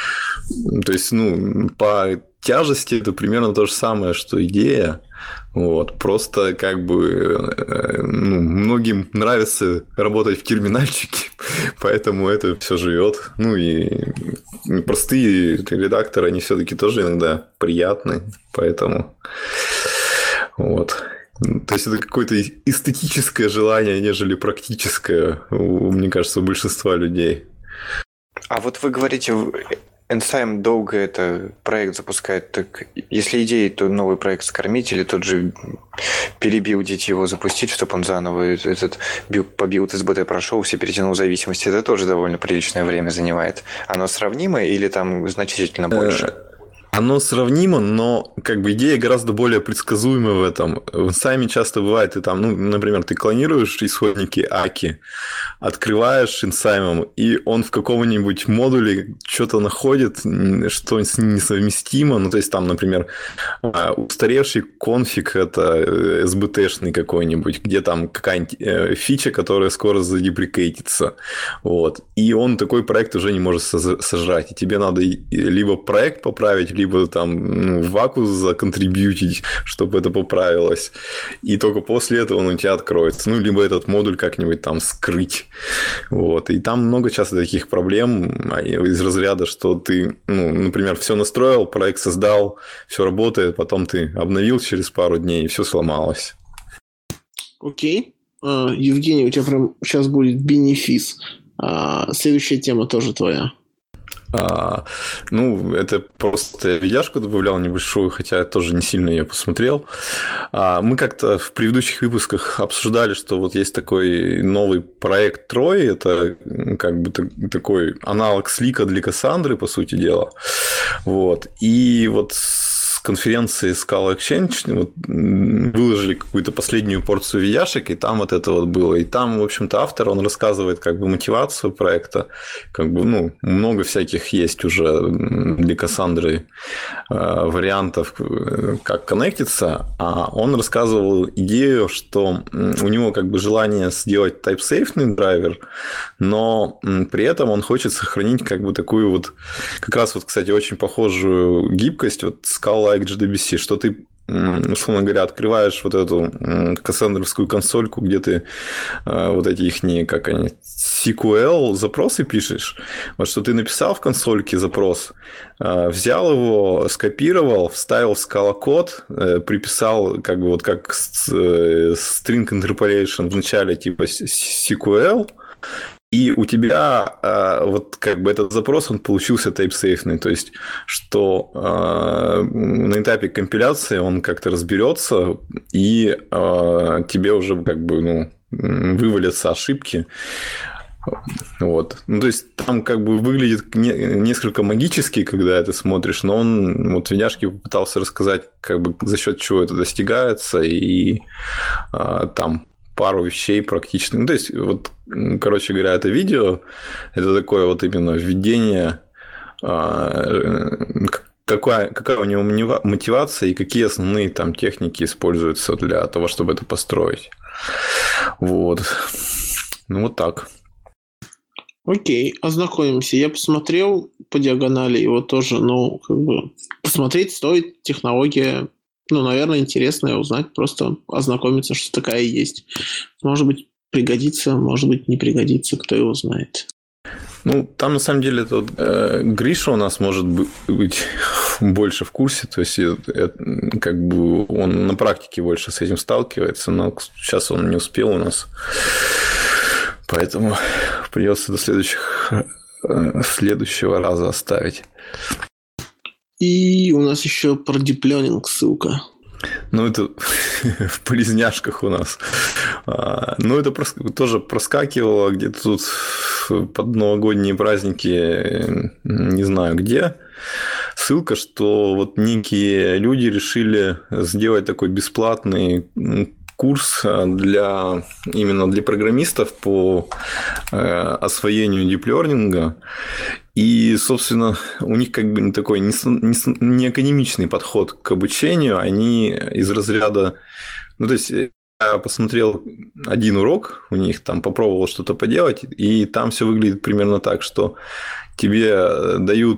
То есть, по тяжести это примерно то же самое, что идея. Вот. Просто как бы многим нравится работать в терминальчике, поэтому это все живет. И простые редакторы, они все-таки тоже иногда приятны, поэтому вот. То есть это какое-то эстетическое желание, нежели практическое, мне кажется, у большинства людей. А вот вы говорите, Enzyme долго это проект запускает. Так если идеей, то новый проект скормить или тот же перебилдить его, запустить, чтобы он заново этот побилд СБТ прошел, все перетянул зависимости, это тоже довольно приличное время занимает. Оно сравнимо или там значительно больше? Оно сравнимо, но как бы идея гораздо более предсказуемая в этом. В Enzyme часто бывает, ты там, например, ты клонируешь исходники Аки, открываешь Enzyme, и он в каком-нибудь модуле что-то находит, что с ним несовместимо. То есть там, например, устаревший конфиг это SBT-шный какой-нибудь, где там какая-нибудь фича, которая скоро задеприкейтится. Вот. И он такой проект уже не может сожрать. И тебе надо либо проект поправить, либо там ваку законтрибьютить, чтобы это поправилось. И только после этого он у тебя откроется. Либо этот модуль как-нибудь там скрыть. Вот. И там много часто таких проблем из разряда, что ты, например, все настроил, проект создал, все работает, потом ты обновил через пару дней, и все сломалось. Окей. Евгений, у тебя прям сейчас будет бенефис. Следующая тема тоже твоя. Это просто видяшку добавлял небольшую, хотя я тоже не сильно ее посмотрел. Мы как-то в предыдущих выпусках обсуждали, что вот есть такой новый проект Трой, это как бы такой аналог Слика для Кассандры, по сути дела. Вот. И вот с конференции Scala Exchange выложили какую-то последнюю порцию видяшек, и там вот это вот было. И там, в общем-то, автор, он рассказывает как бы мотивацию проекта. Как бы, много всяких есть уже для Кассандры вариантов, как коннектиться. А он рассказывал идею, что у него как бы желание сделать type-safe драйвер, но при этом он хочет сохранить как бы такую вот, как раз вот, кстати, очень похожую гибкость, вот Scala JDBC, что ты, условно говоря, открываешь вот эту кассандровскую консольку, где ты вот эти их, как они, SQL запросы пишешь, вот что ты написал в консольке запрос, взял его, скопировал, вставил в Scala код, приписал как бы вот как string interpolation в начале типа SQL, и у тебя вот как бы этот запрос, он получился type-safe, то есть, что на этапе компиляции он как-то разберется, и тебе уже как бы вывалятся ошибки. Вот. То есть, там как бы выглядит несколько магически, когда это смотришь, но он вот в видяшке попытался рассказать, как бы за счет чего это достигается, и там пару вещей практично. То есть, вот, короче говоря, это видео, это такое вот именно введение, какая у него мотивация и какие основные там техники используются для того, чтобы это построить. Вот. Вот так. Окей, ознакомимся. Я посмотрел по диагонали его тоже, как бы посмотреть стоит, технология, наверное, интересная, узнать, просто ознакомиться, что такая есть. Может быть, пригодится, может быть, не пригодится, кто его знает. Там, на самом деле, Гриша у нас может быть больше в курсе, то есть, как бы он на практике больше с этим сталкивается, но сейчас он не успел у нас, поэтому придется до следующего раза оставить. И у нас еще про диплёнинг ссылка. Это в полезняшках у нас. Это тоже проскакивало где-то тут под новогодние праздники, не знаю где. Ссылка, что вот некие люди решили сделать такой бесплатный курс именно для программистов по освоению диплернинга. И, собственно, у них как бы такой не академичный подход к обучению. Они из разряда... то есть, я посмотрел один урок у них, там попробовал что-то поделать, и там все выглядит примерно так, что тебе дают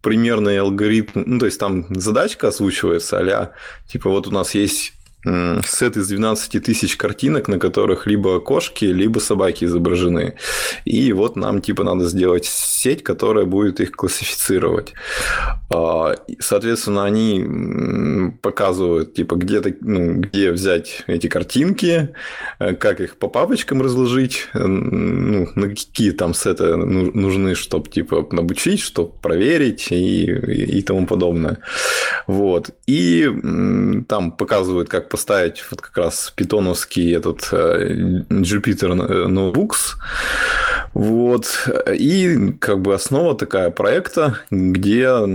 примерный алгоритм, ну, то есть там задачка озвучивается, а-ля, типа вот у нас есть сет из 12 тысяч картинок, на которых либо кошки, либо собаки изображены. И вот нам типа надо сделать сеть, которая будет их классифицировать. Соответственно, они показывают, типа, где взять эти картинки, как их по папочкам разложить, ну, на какие там сеты нужны, чтобы типа обучить, чтобы проверить и тому подобное. Вот. И там показывают, как поставить вот как раз питоновский этот Jupyter Notebooks. Вот. И как бы основа такая проекта, где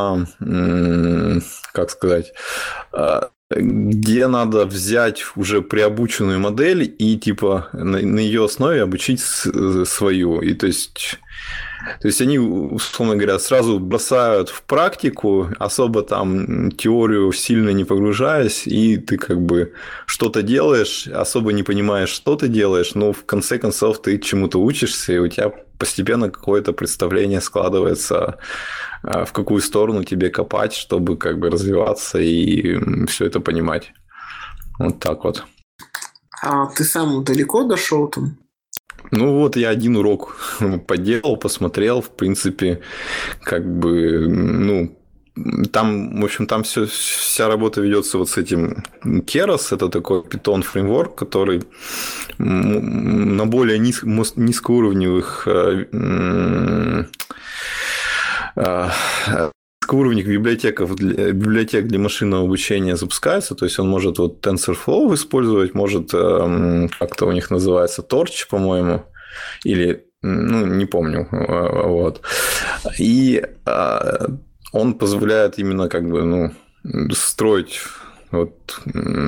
как сказать, где надо взять уже приобученную модель и типа на ее основе обучить свою. И то есть они, условно говоря, сразу бросают в практику, особо там теорию сильно не погружаясь, и ты как бы что-то делаешь, особо не понимаешь, что ты делаешь, но в конце концов ты чему-то учишься, и у тебя постепенно какое-то представление складывается, в какую сторону тебе копать, чтобы как бы развиваться и все это понимать. Вот так вот. А ты сам далеко дошел там? Ну вот я один урок поделал, посмотрел, в принципе, как бы, ну, там, в общем, там вся работа ведется вот с этим Keras, это такой Python фреймворк, который на более низкоуровневых уровнях библиотек для машинного обучения запускается, то есть он может вот TensorFlow использовать, может как-то у них называется Torch, по-моему, или, ну, не помню, вот. И он позволяет именно как бы, ну, строить вот,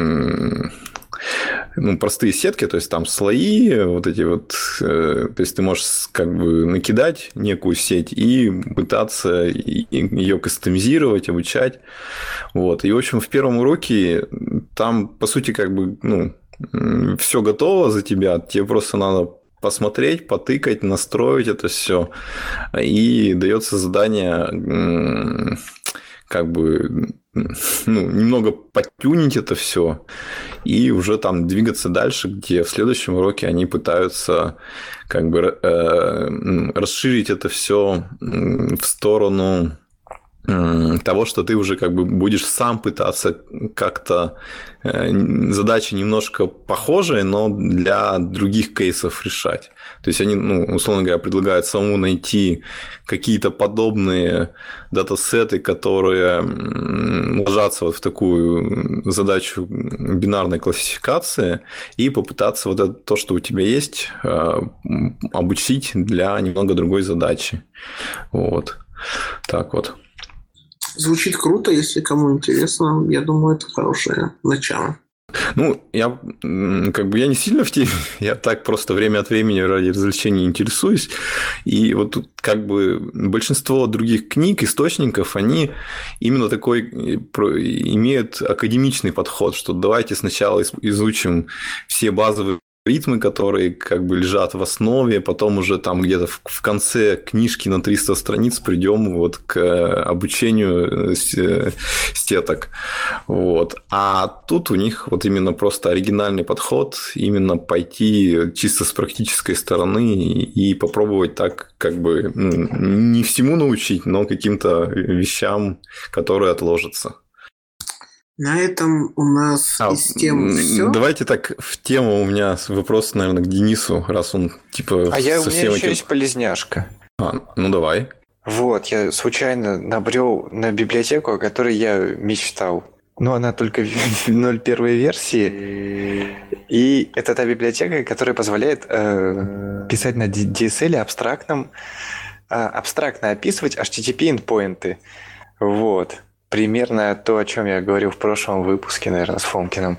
ну, простые сетки, то есть там слои, вот эти вот, то есть ты можешь как бы накидать некую сеть и пытаться ее кастомизировать, обучать. Вот. И, в общем, в первом уроке там, по сути, как бы, ну, все готово за тебя, тебе просто надо посмотреть, потыкать, настроить это все, и дается задание как бы, ну, немного подтюнить это все и уже там двигаться дальше, где в следующем уроке они пытаются как бы расширить это все в сторону того, что ты уже как бы будешь сам пытаться как-то задачи немножко похожие, но для других кейсов решать. То есть они, ну, условно говоря, предлагают самому найти какие-то подобные датасеты, которые ложатся вот в такую задачу бинарной классификации, и попытаться вот это, то, что у тебя есть, обучить для немного другой задачи. Вот. Так вот. Звучит круто, если кому интересно. Я думаю, это хорошее начало. Ну, я не сильно в теме, я так просто время от времени ради развлечения интересуюсь. И вот тут как бы большинство других книг, источников, они именно такой имеют академичный подход, что давайте сначала изучим все базовые ритмы, которые как бы лежат в основе, потом уже там где-то в конце книжки на 300 страниц придем вот к обучению сеток. Вот. А тут у них вот именно просто оригинальный подход, именно пойти чисто с практической стороны и попробовать так как бы не всему научить, но каким-то вещам, которые отложатся. На этом у нас из тем все. Давайте так, в тему у меня вопрос, наверное, к Денису, раз он типа... У меня еще есть полезняшка. Ну давай. Вот, я случайно набрел на библиотеку, о которой я мечтал. Но она только в 0.1 версии. И это та библиотека, которая позволяет писать на DSL абстрактно описывать HTTP-эндпоинты. Вот. Примерно то, о чем я говорил в прошлом выпуске, наверное, с Фомкиным.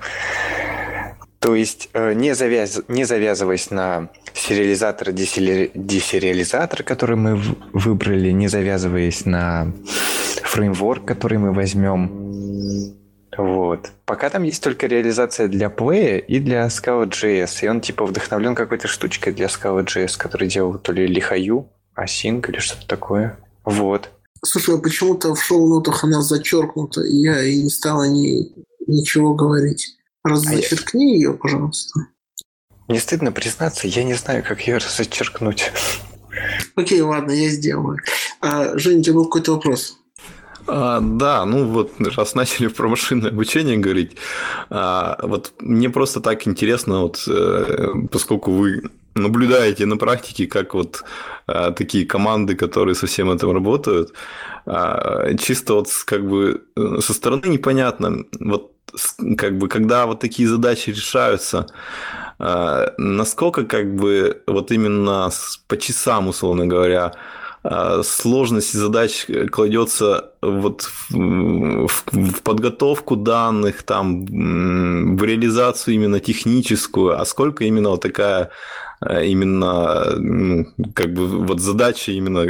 То есть, не завязываясь на сериализатор и десериализатор, который мы выбрали, не завязываясь на фреймворк, который мы возьмем. Вот. Пока там есть только реализация для Play и для Scala.js. И он типа вдохновлен какой-то штучкой для Scala.js, который делал то ли Лихаю, Async или что-то такое. Вот. Слушай, а почему-то в шоу-нотах она зачеркнута, и я и не стала ничего говорить. Зачеркни ее, пожалуйста. Не стыдно признаться, я не знаю, как ее зачеркнуть. Окей, ладно, я сделаю. Женя, у тебя был какой-то вопрос? Да, ну вот раз начали про машинное обучение говорить, вот мне просто так интересно, вот поскольку вы наблюдаете на практике, как вот такие команды, которые со всем этим работают, чисто вот как бы со стороны непонятно, вот как бы когда вот такие задачи решаются, насколько как бы вот именно по часам, условно говоря, сложность задач кладется вот в подготовку данных, там, в реализацию именно техническую, а сколько именно вот такая именно как бы вот задача именно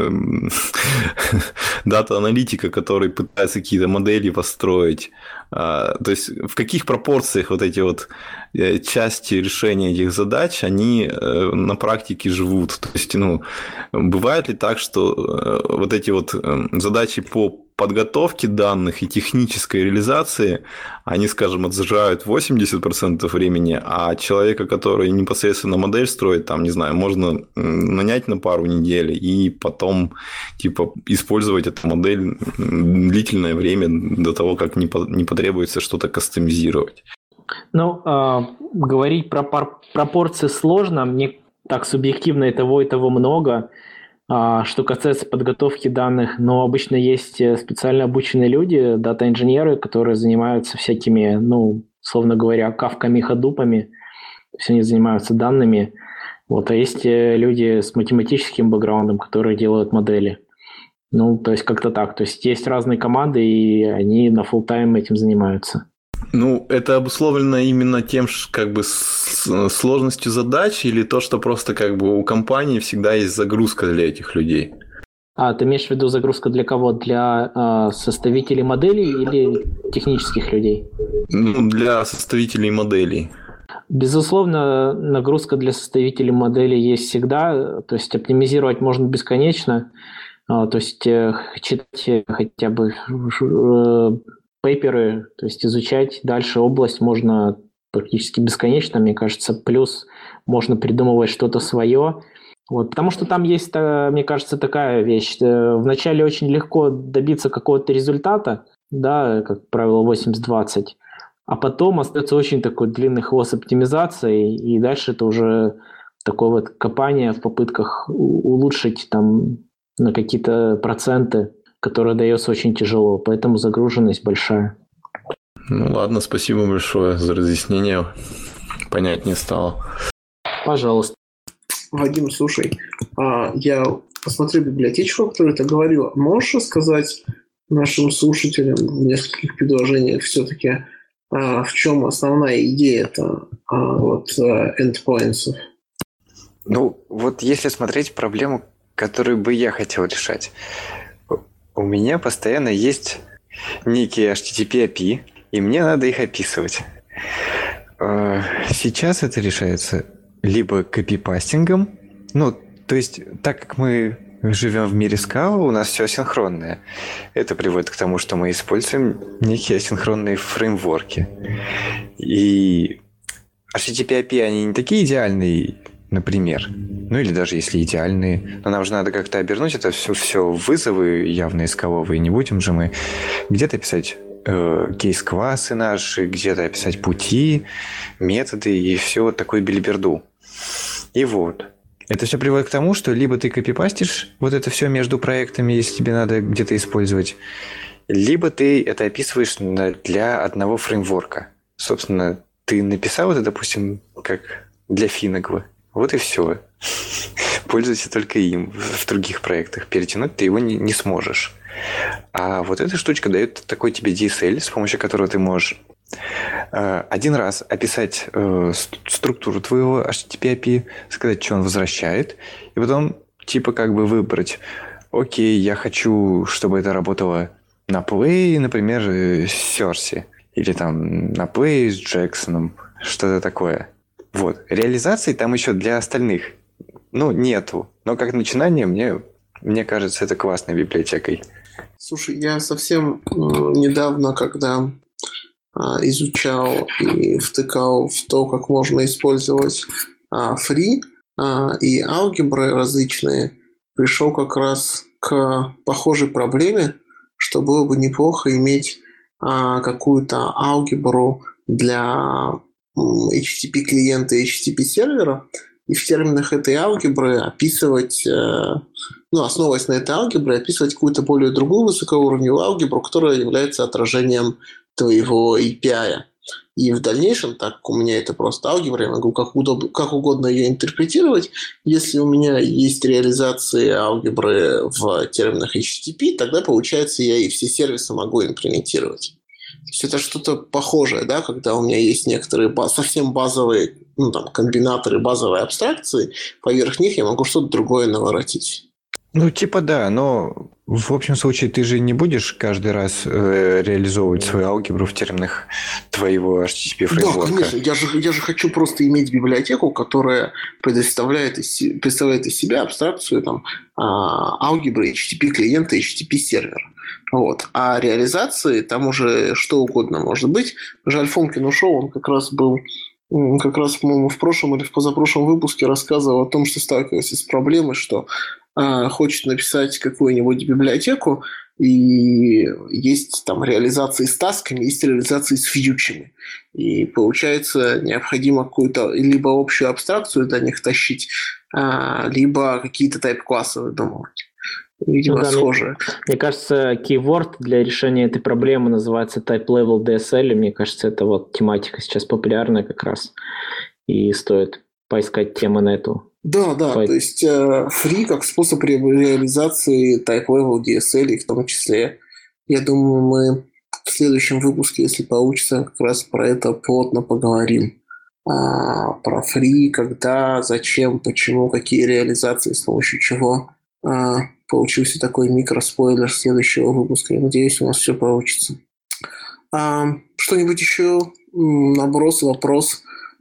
дата-аналитика, который пытается какие-то модели построить. То есть в каких пропорциях вот эти вот части решения этих задач, они на практике живут. То есть, бывает ли так, что вот эти вот задачи по подготовке данных и технической реализации, они, скажем, отжирают 80% времени, а человека, который непосредственно модель строит, там, не знаю, можно нанять на пару недель и потом, типа, использовать эту модель длительное время до того, как не потребуется что-то кастомизировать. Говорить про пропорции сложно, мне так субъективно и того много. Что касается подготовки данных, но обычно есть специально обученные люди, дата-инженеры, которые занимаются всякими, условно говоря, кавками, ходупами, то есть они занимаются данными. Вот, а есть люди с математическим бэкграундом, которые делают модели. То есть как-то так. То есть разные команды, и они на фулл-тайм этим занимаются. Это обусловлено именно тем, как бы сложностью задач, или то, что просто как бы у компании всегда есть загрузка для этих людей? Ты имеешь в виду загрузка для кого? Для составителей моделей или технических людей? Для составителей моделей. Безусловно, нагрузка для составителей моделей есть всегда, то есть оптимизировать можно бесконечно, то есть читать хотя бы пейперы, то есть изучать дальше область можно практически бесконечно, мне кажется, плюс можно придумывать что-то свое. Вот, потому что там есть, мне кажется, такая вещь. Вначале очень легко добиться какого-то результата, да, как правило, 80-20, а потом остается очень такой длинный хвост оптимизации, и дальше это уже такое вот копание в попытках улучшить там на какие-то проценты, которое дается очень тяжело, поэтому загруженность большая. Ладно, спасибо большое за разъяснение. Понятнее стало. Пожалуйста. Вадим, слушай, я посмотрю библиотечку, о которой ты говорил. Можешь рассказать нашим слушателям в нескольких предложениях все-таки, в чем основная идея-то endpoints? Вот если смотреть проблему, которую бы я хотел решать. У меня постоянно есть некие HTTP API, и мне надо их описывать. Сейчас это решается либо копипастингом, то есть так как мы живем в мире Scala, у нас все асинхронное. Это приводит к тому, что мы используем некие асинхронные фреймворки. И HTTP API, они не такие идеальные, например. Или даже если идеальные. Но нам же надо как-то обернуть это все в вызовы явно исковые. Не будем же мы где-то писать кейс-классы наши, где-то описать пути, методы и все вот такую белиберду. И вот. Это все приводит к тому, что либо ты копипастишь вот это все между проектами, если тебе надо где-то использовать, либо ты это описываешь для одного фреймворка. Собственно, ты написал это, допустим, как для Финагла. Вот и все. Пользуйся только им в других проектах. Перетянуть ты его не сможешь. А вот эта штучка дает такой тебе DSL, с помощью которого ты можешь один раз описать структуру твоего HTTP API, сказать, что он возвращает, и потом типа как бы выбрать: окей, я хочу, чтобы это работало на Play, например, с Серси, или там на Play с Джексоном, что-то такое. Вот. Реализации там еще для остальных нету. Но как начинание мне мне кажется, это классной библиотекой. Слушай, я совсем недавно, когда изучал и втыкал в то, как можно использовать free и алгебры различные, пришел как раз к похожей проблеме, что было бы неплохо иметь какую-то алгебру для HTTP клиента и HTTP сервера, и в терминах этой алгебры описывать, основываясь на этой алгебре, описывать какую-то более другую высокоуровневую алгебру, которая является отражением твоего API. И в дальнейшем, так как у меня это просто алгебра, я могу как угодно ее интерпретировать. Если у меня есть реализации алгебры в терминах HTTP, тогда, получается, я и все сервисы могу имплементировать. То есть это что-то похожее, да, когда у меня есть некоторые совсем базовые комбинаторы, базовые абстракции, поверх них я могу что-то другое наворотить. Да, но в общем случае ты же не будешь каждый раз реализовывать свою алгебру в терминах твоего HTTP фреймворка. Да, конечно. Я же хочу просто иметь библиотеку, которая представляет из себя абстракцию алгебры HTTP клиента, HTTP сервера. Вот. А реализации там уже что угодно может быть. Жаль, Фомкин ушел, он как раз, по-моему, в прошлом или в позапрошлом выпуске рассказывал о том, что сталкивался с проблемой, что хочет написать какую-нибудь библиотеку, и есть там реализации с тасками, есть реализации с фьючами. И получается, необходимо какую-то либо общую абстракцию для них тащить, либо какие-то тайп-классы выдумывать. Видимо, схожие. Мне кажется, keyword для решения этой проблемы называется type-level DSL, и мне кажется, это тематика сейчас популярная как раз, и стоит поискать темы на эту. Да, то есть free как способ реализации type-level DSL, и в том числе, я думаю, мы в следующем выпуске, если получится, как раз про это плотно поговорим. Про free, когда, зачем, почему, какие реализации, с помощью чего. Получился такой микроспойлер следующего выпуска. Я надеюсь, у нас все получится. Что-нибудь еще? Наброс, вопрос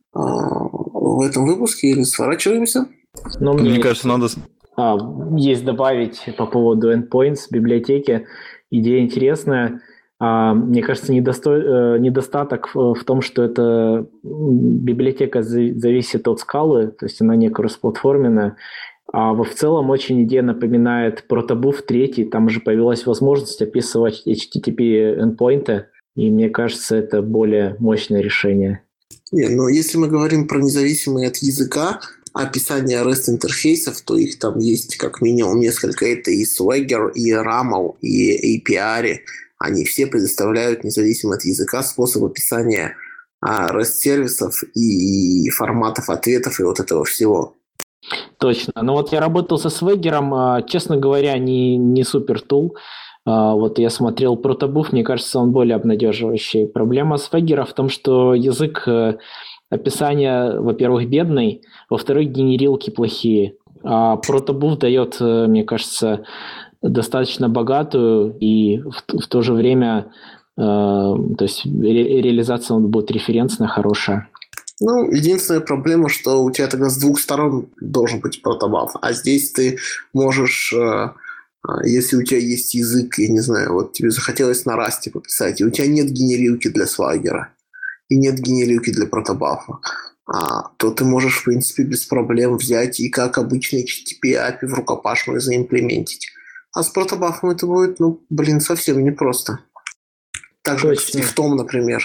в этом выпуске или сворачиваемся? Мне кажется, надо... Есть добавить по поводу endpoints библиотеки. Идея интересная. Мне кажется, недостаток в том, что эта библиотека зависит от скалы, то есть она не кроссплатформенная. А в целом очень идея напоминает Protobuf 3. Там же появилась возможность описывать HTTP endpoints, и мне кажется, это более мощное решение. Но если мы говорим про независимые от языка описание REST интерфейсов, то их там есть как минимум несколько. Это и Swagger, и RAML, и API. Они все предоставляют независимо от языка способ описания REST-сервисов и форматов ответов и вот этого всего. Точно. Я работал со Swagger, честно говоря, не супер тул. Я смотрел Protobuf, мне кажется, он более обнадеживающий. Проблема Swagger в том, что язык описания, во-первых, бедный, во-вторых, генерилки плохие. А Protobuf дает, мне кажется, достаточно богатую и в то же время то есть реализация будет референсная, хорошая. Единственная проблема, что у тебя тогда с двух сторон должен быть Protobuf, а здесь ты можешь, если у тебя есть язык, я не знаю, тебе захотелось на Rust пописать, и у тебя нет генерилки для Swagger, и нет генерилки для Protobuf, то ты можешь, в принципе, без проблем взять и как обычный HTTP API в рукопашную заимплементить. А с Protobuf это будет, совсем непросто. Так же, как с Swift, например.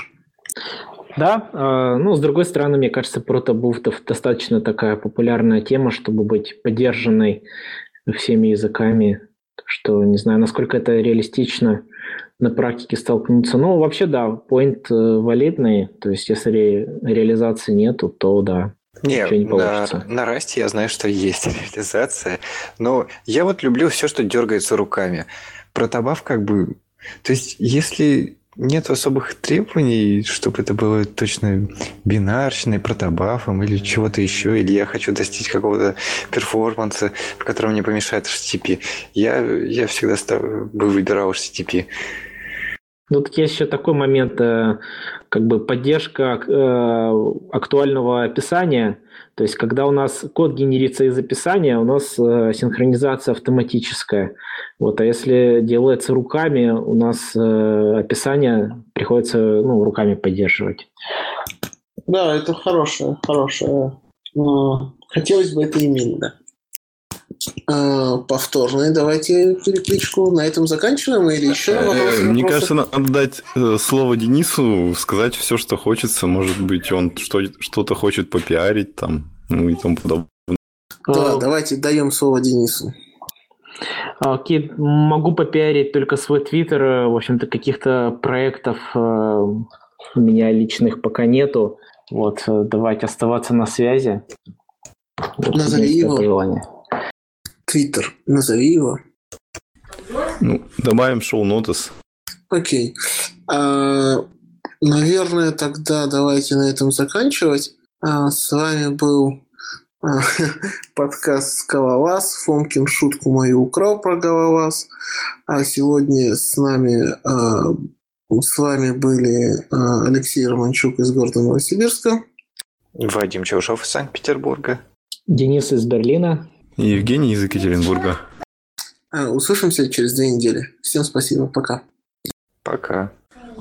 Да, с другой стороны, мне кажется, Protobuf достаточно такая популярная тема, чтобы быть поддержанной всеми языками. Что не знаю, насколько это реалистично на практике столкнуться. Вообще, да, point валидный, то есть если реализации нету, то да. Нет, не получится. На Rust я знаю, что есть реализация, но я люблю все, что дергается руками. Protobuf то есть если нет особых требований, чтобы это было точно бинарщиной, протобафом или чего-то еще, или я хочу достичь какого-то перформанса, в котором не помешает HTTP. Я всегда бы выбирал HTTP. Ну, так есть еще такой момент, как бы поддержка актуального описания. То есть, когда у нас код генерится из описания, у нас синхронизация автоматическая. Вот, а если делается руками, у нас описание приходится руками поддерживать. Да, это хорошее. Хотелось бы это иметь, да. Повторные давайте перекличку. На этом заканчиваем или еще вопросы? Мне кажется, надо дать слово Денису, сказать все, что хочется. Может быть, он что-то хочет попиарить там, и тому подобное. Да, давайте даем слово Денису. Окей, могу попиарить только свой твиттер. В общем-то, каких-то проектов у меня личных пока нету. Вот, давайте оставаться на связи. Вот, назови его. Твиттер. Назови его. Добавим шоу-нотес. Окей. Наверное, тогда давайте на этом заканчивать. С вами был подкаст «Скалолаз». Фомкин шутку мою украл про Головаз. А сегодня с вами были Алексей Романчук из города Новосибирска, Вадим Чаушов из Санкт-Петербурга, Денис из Берлина и Евгений из Екатеринбурга. Услышимся через 2 недели. Всем спасибо. Пока. Пока.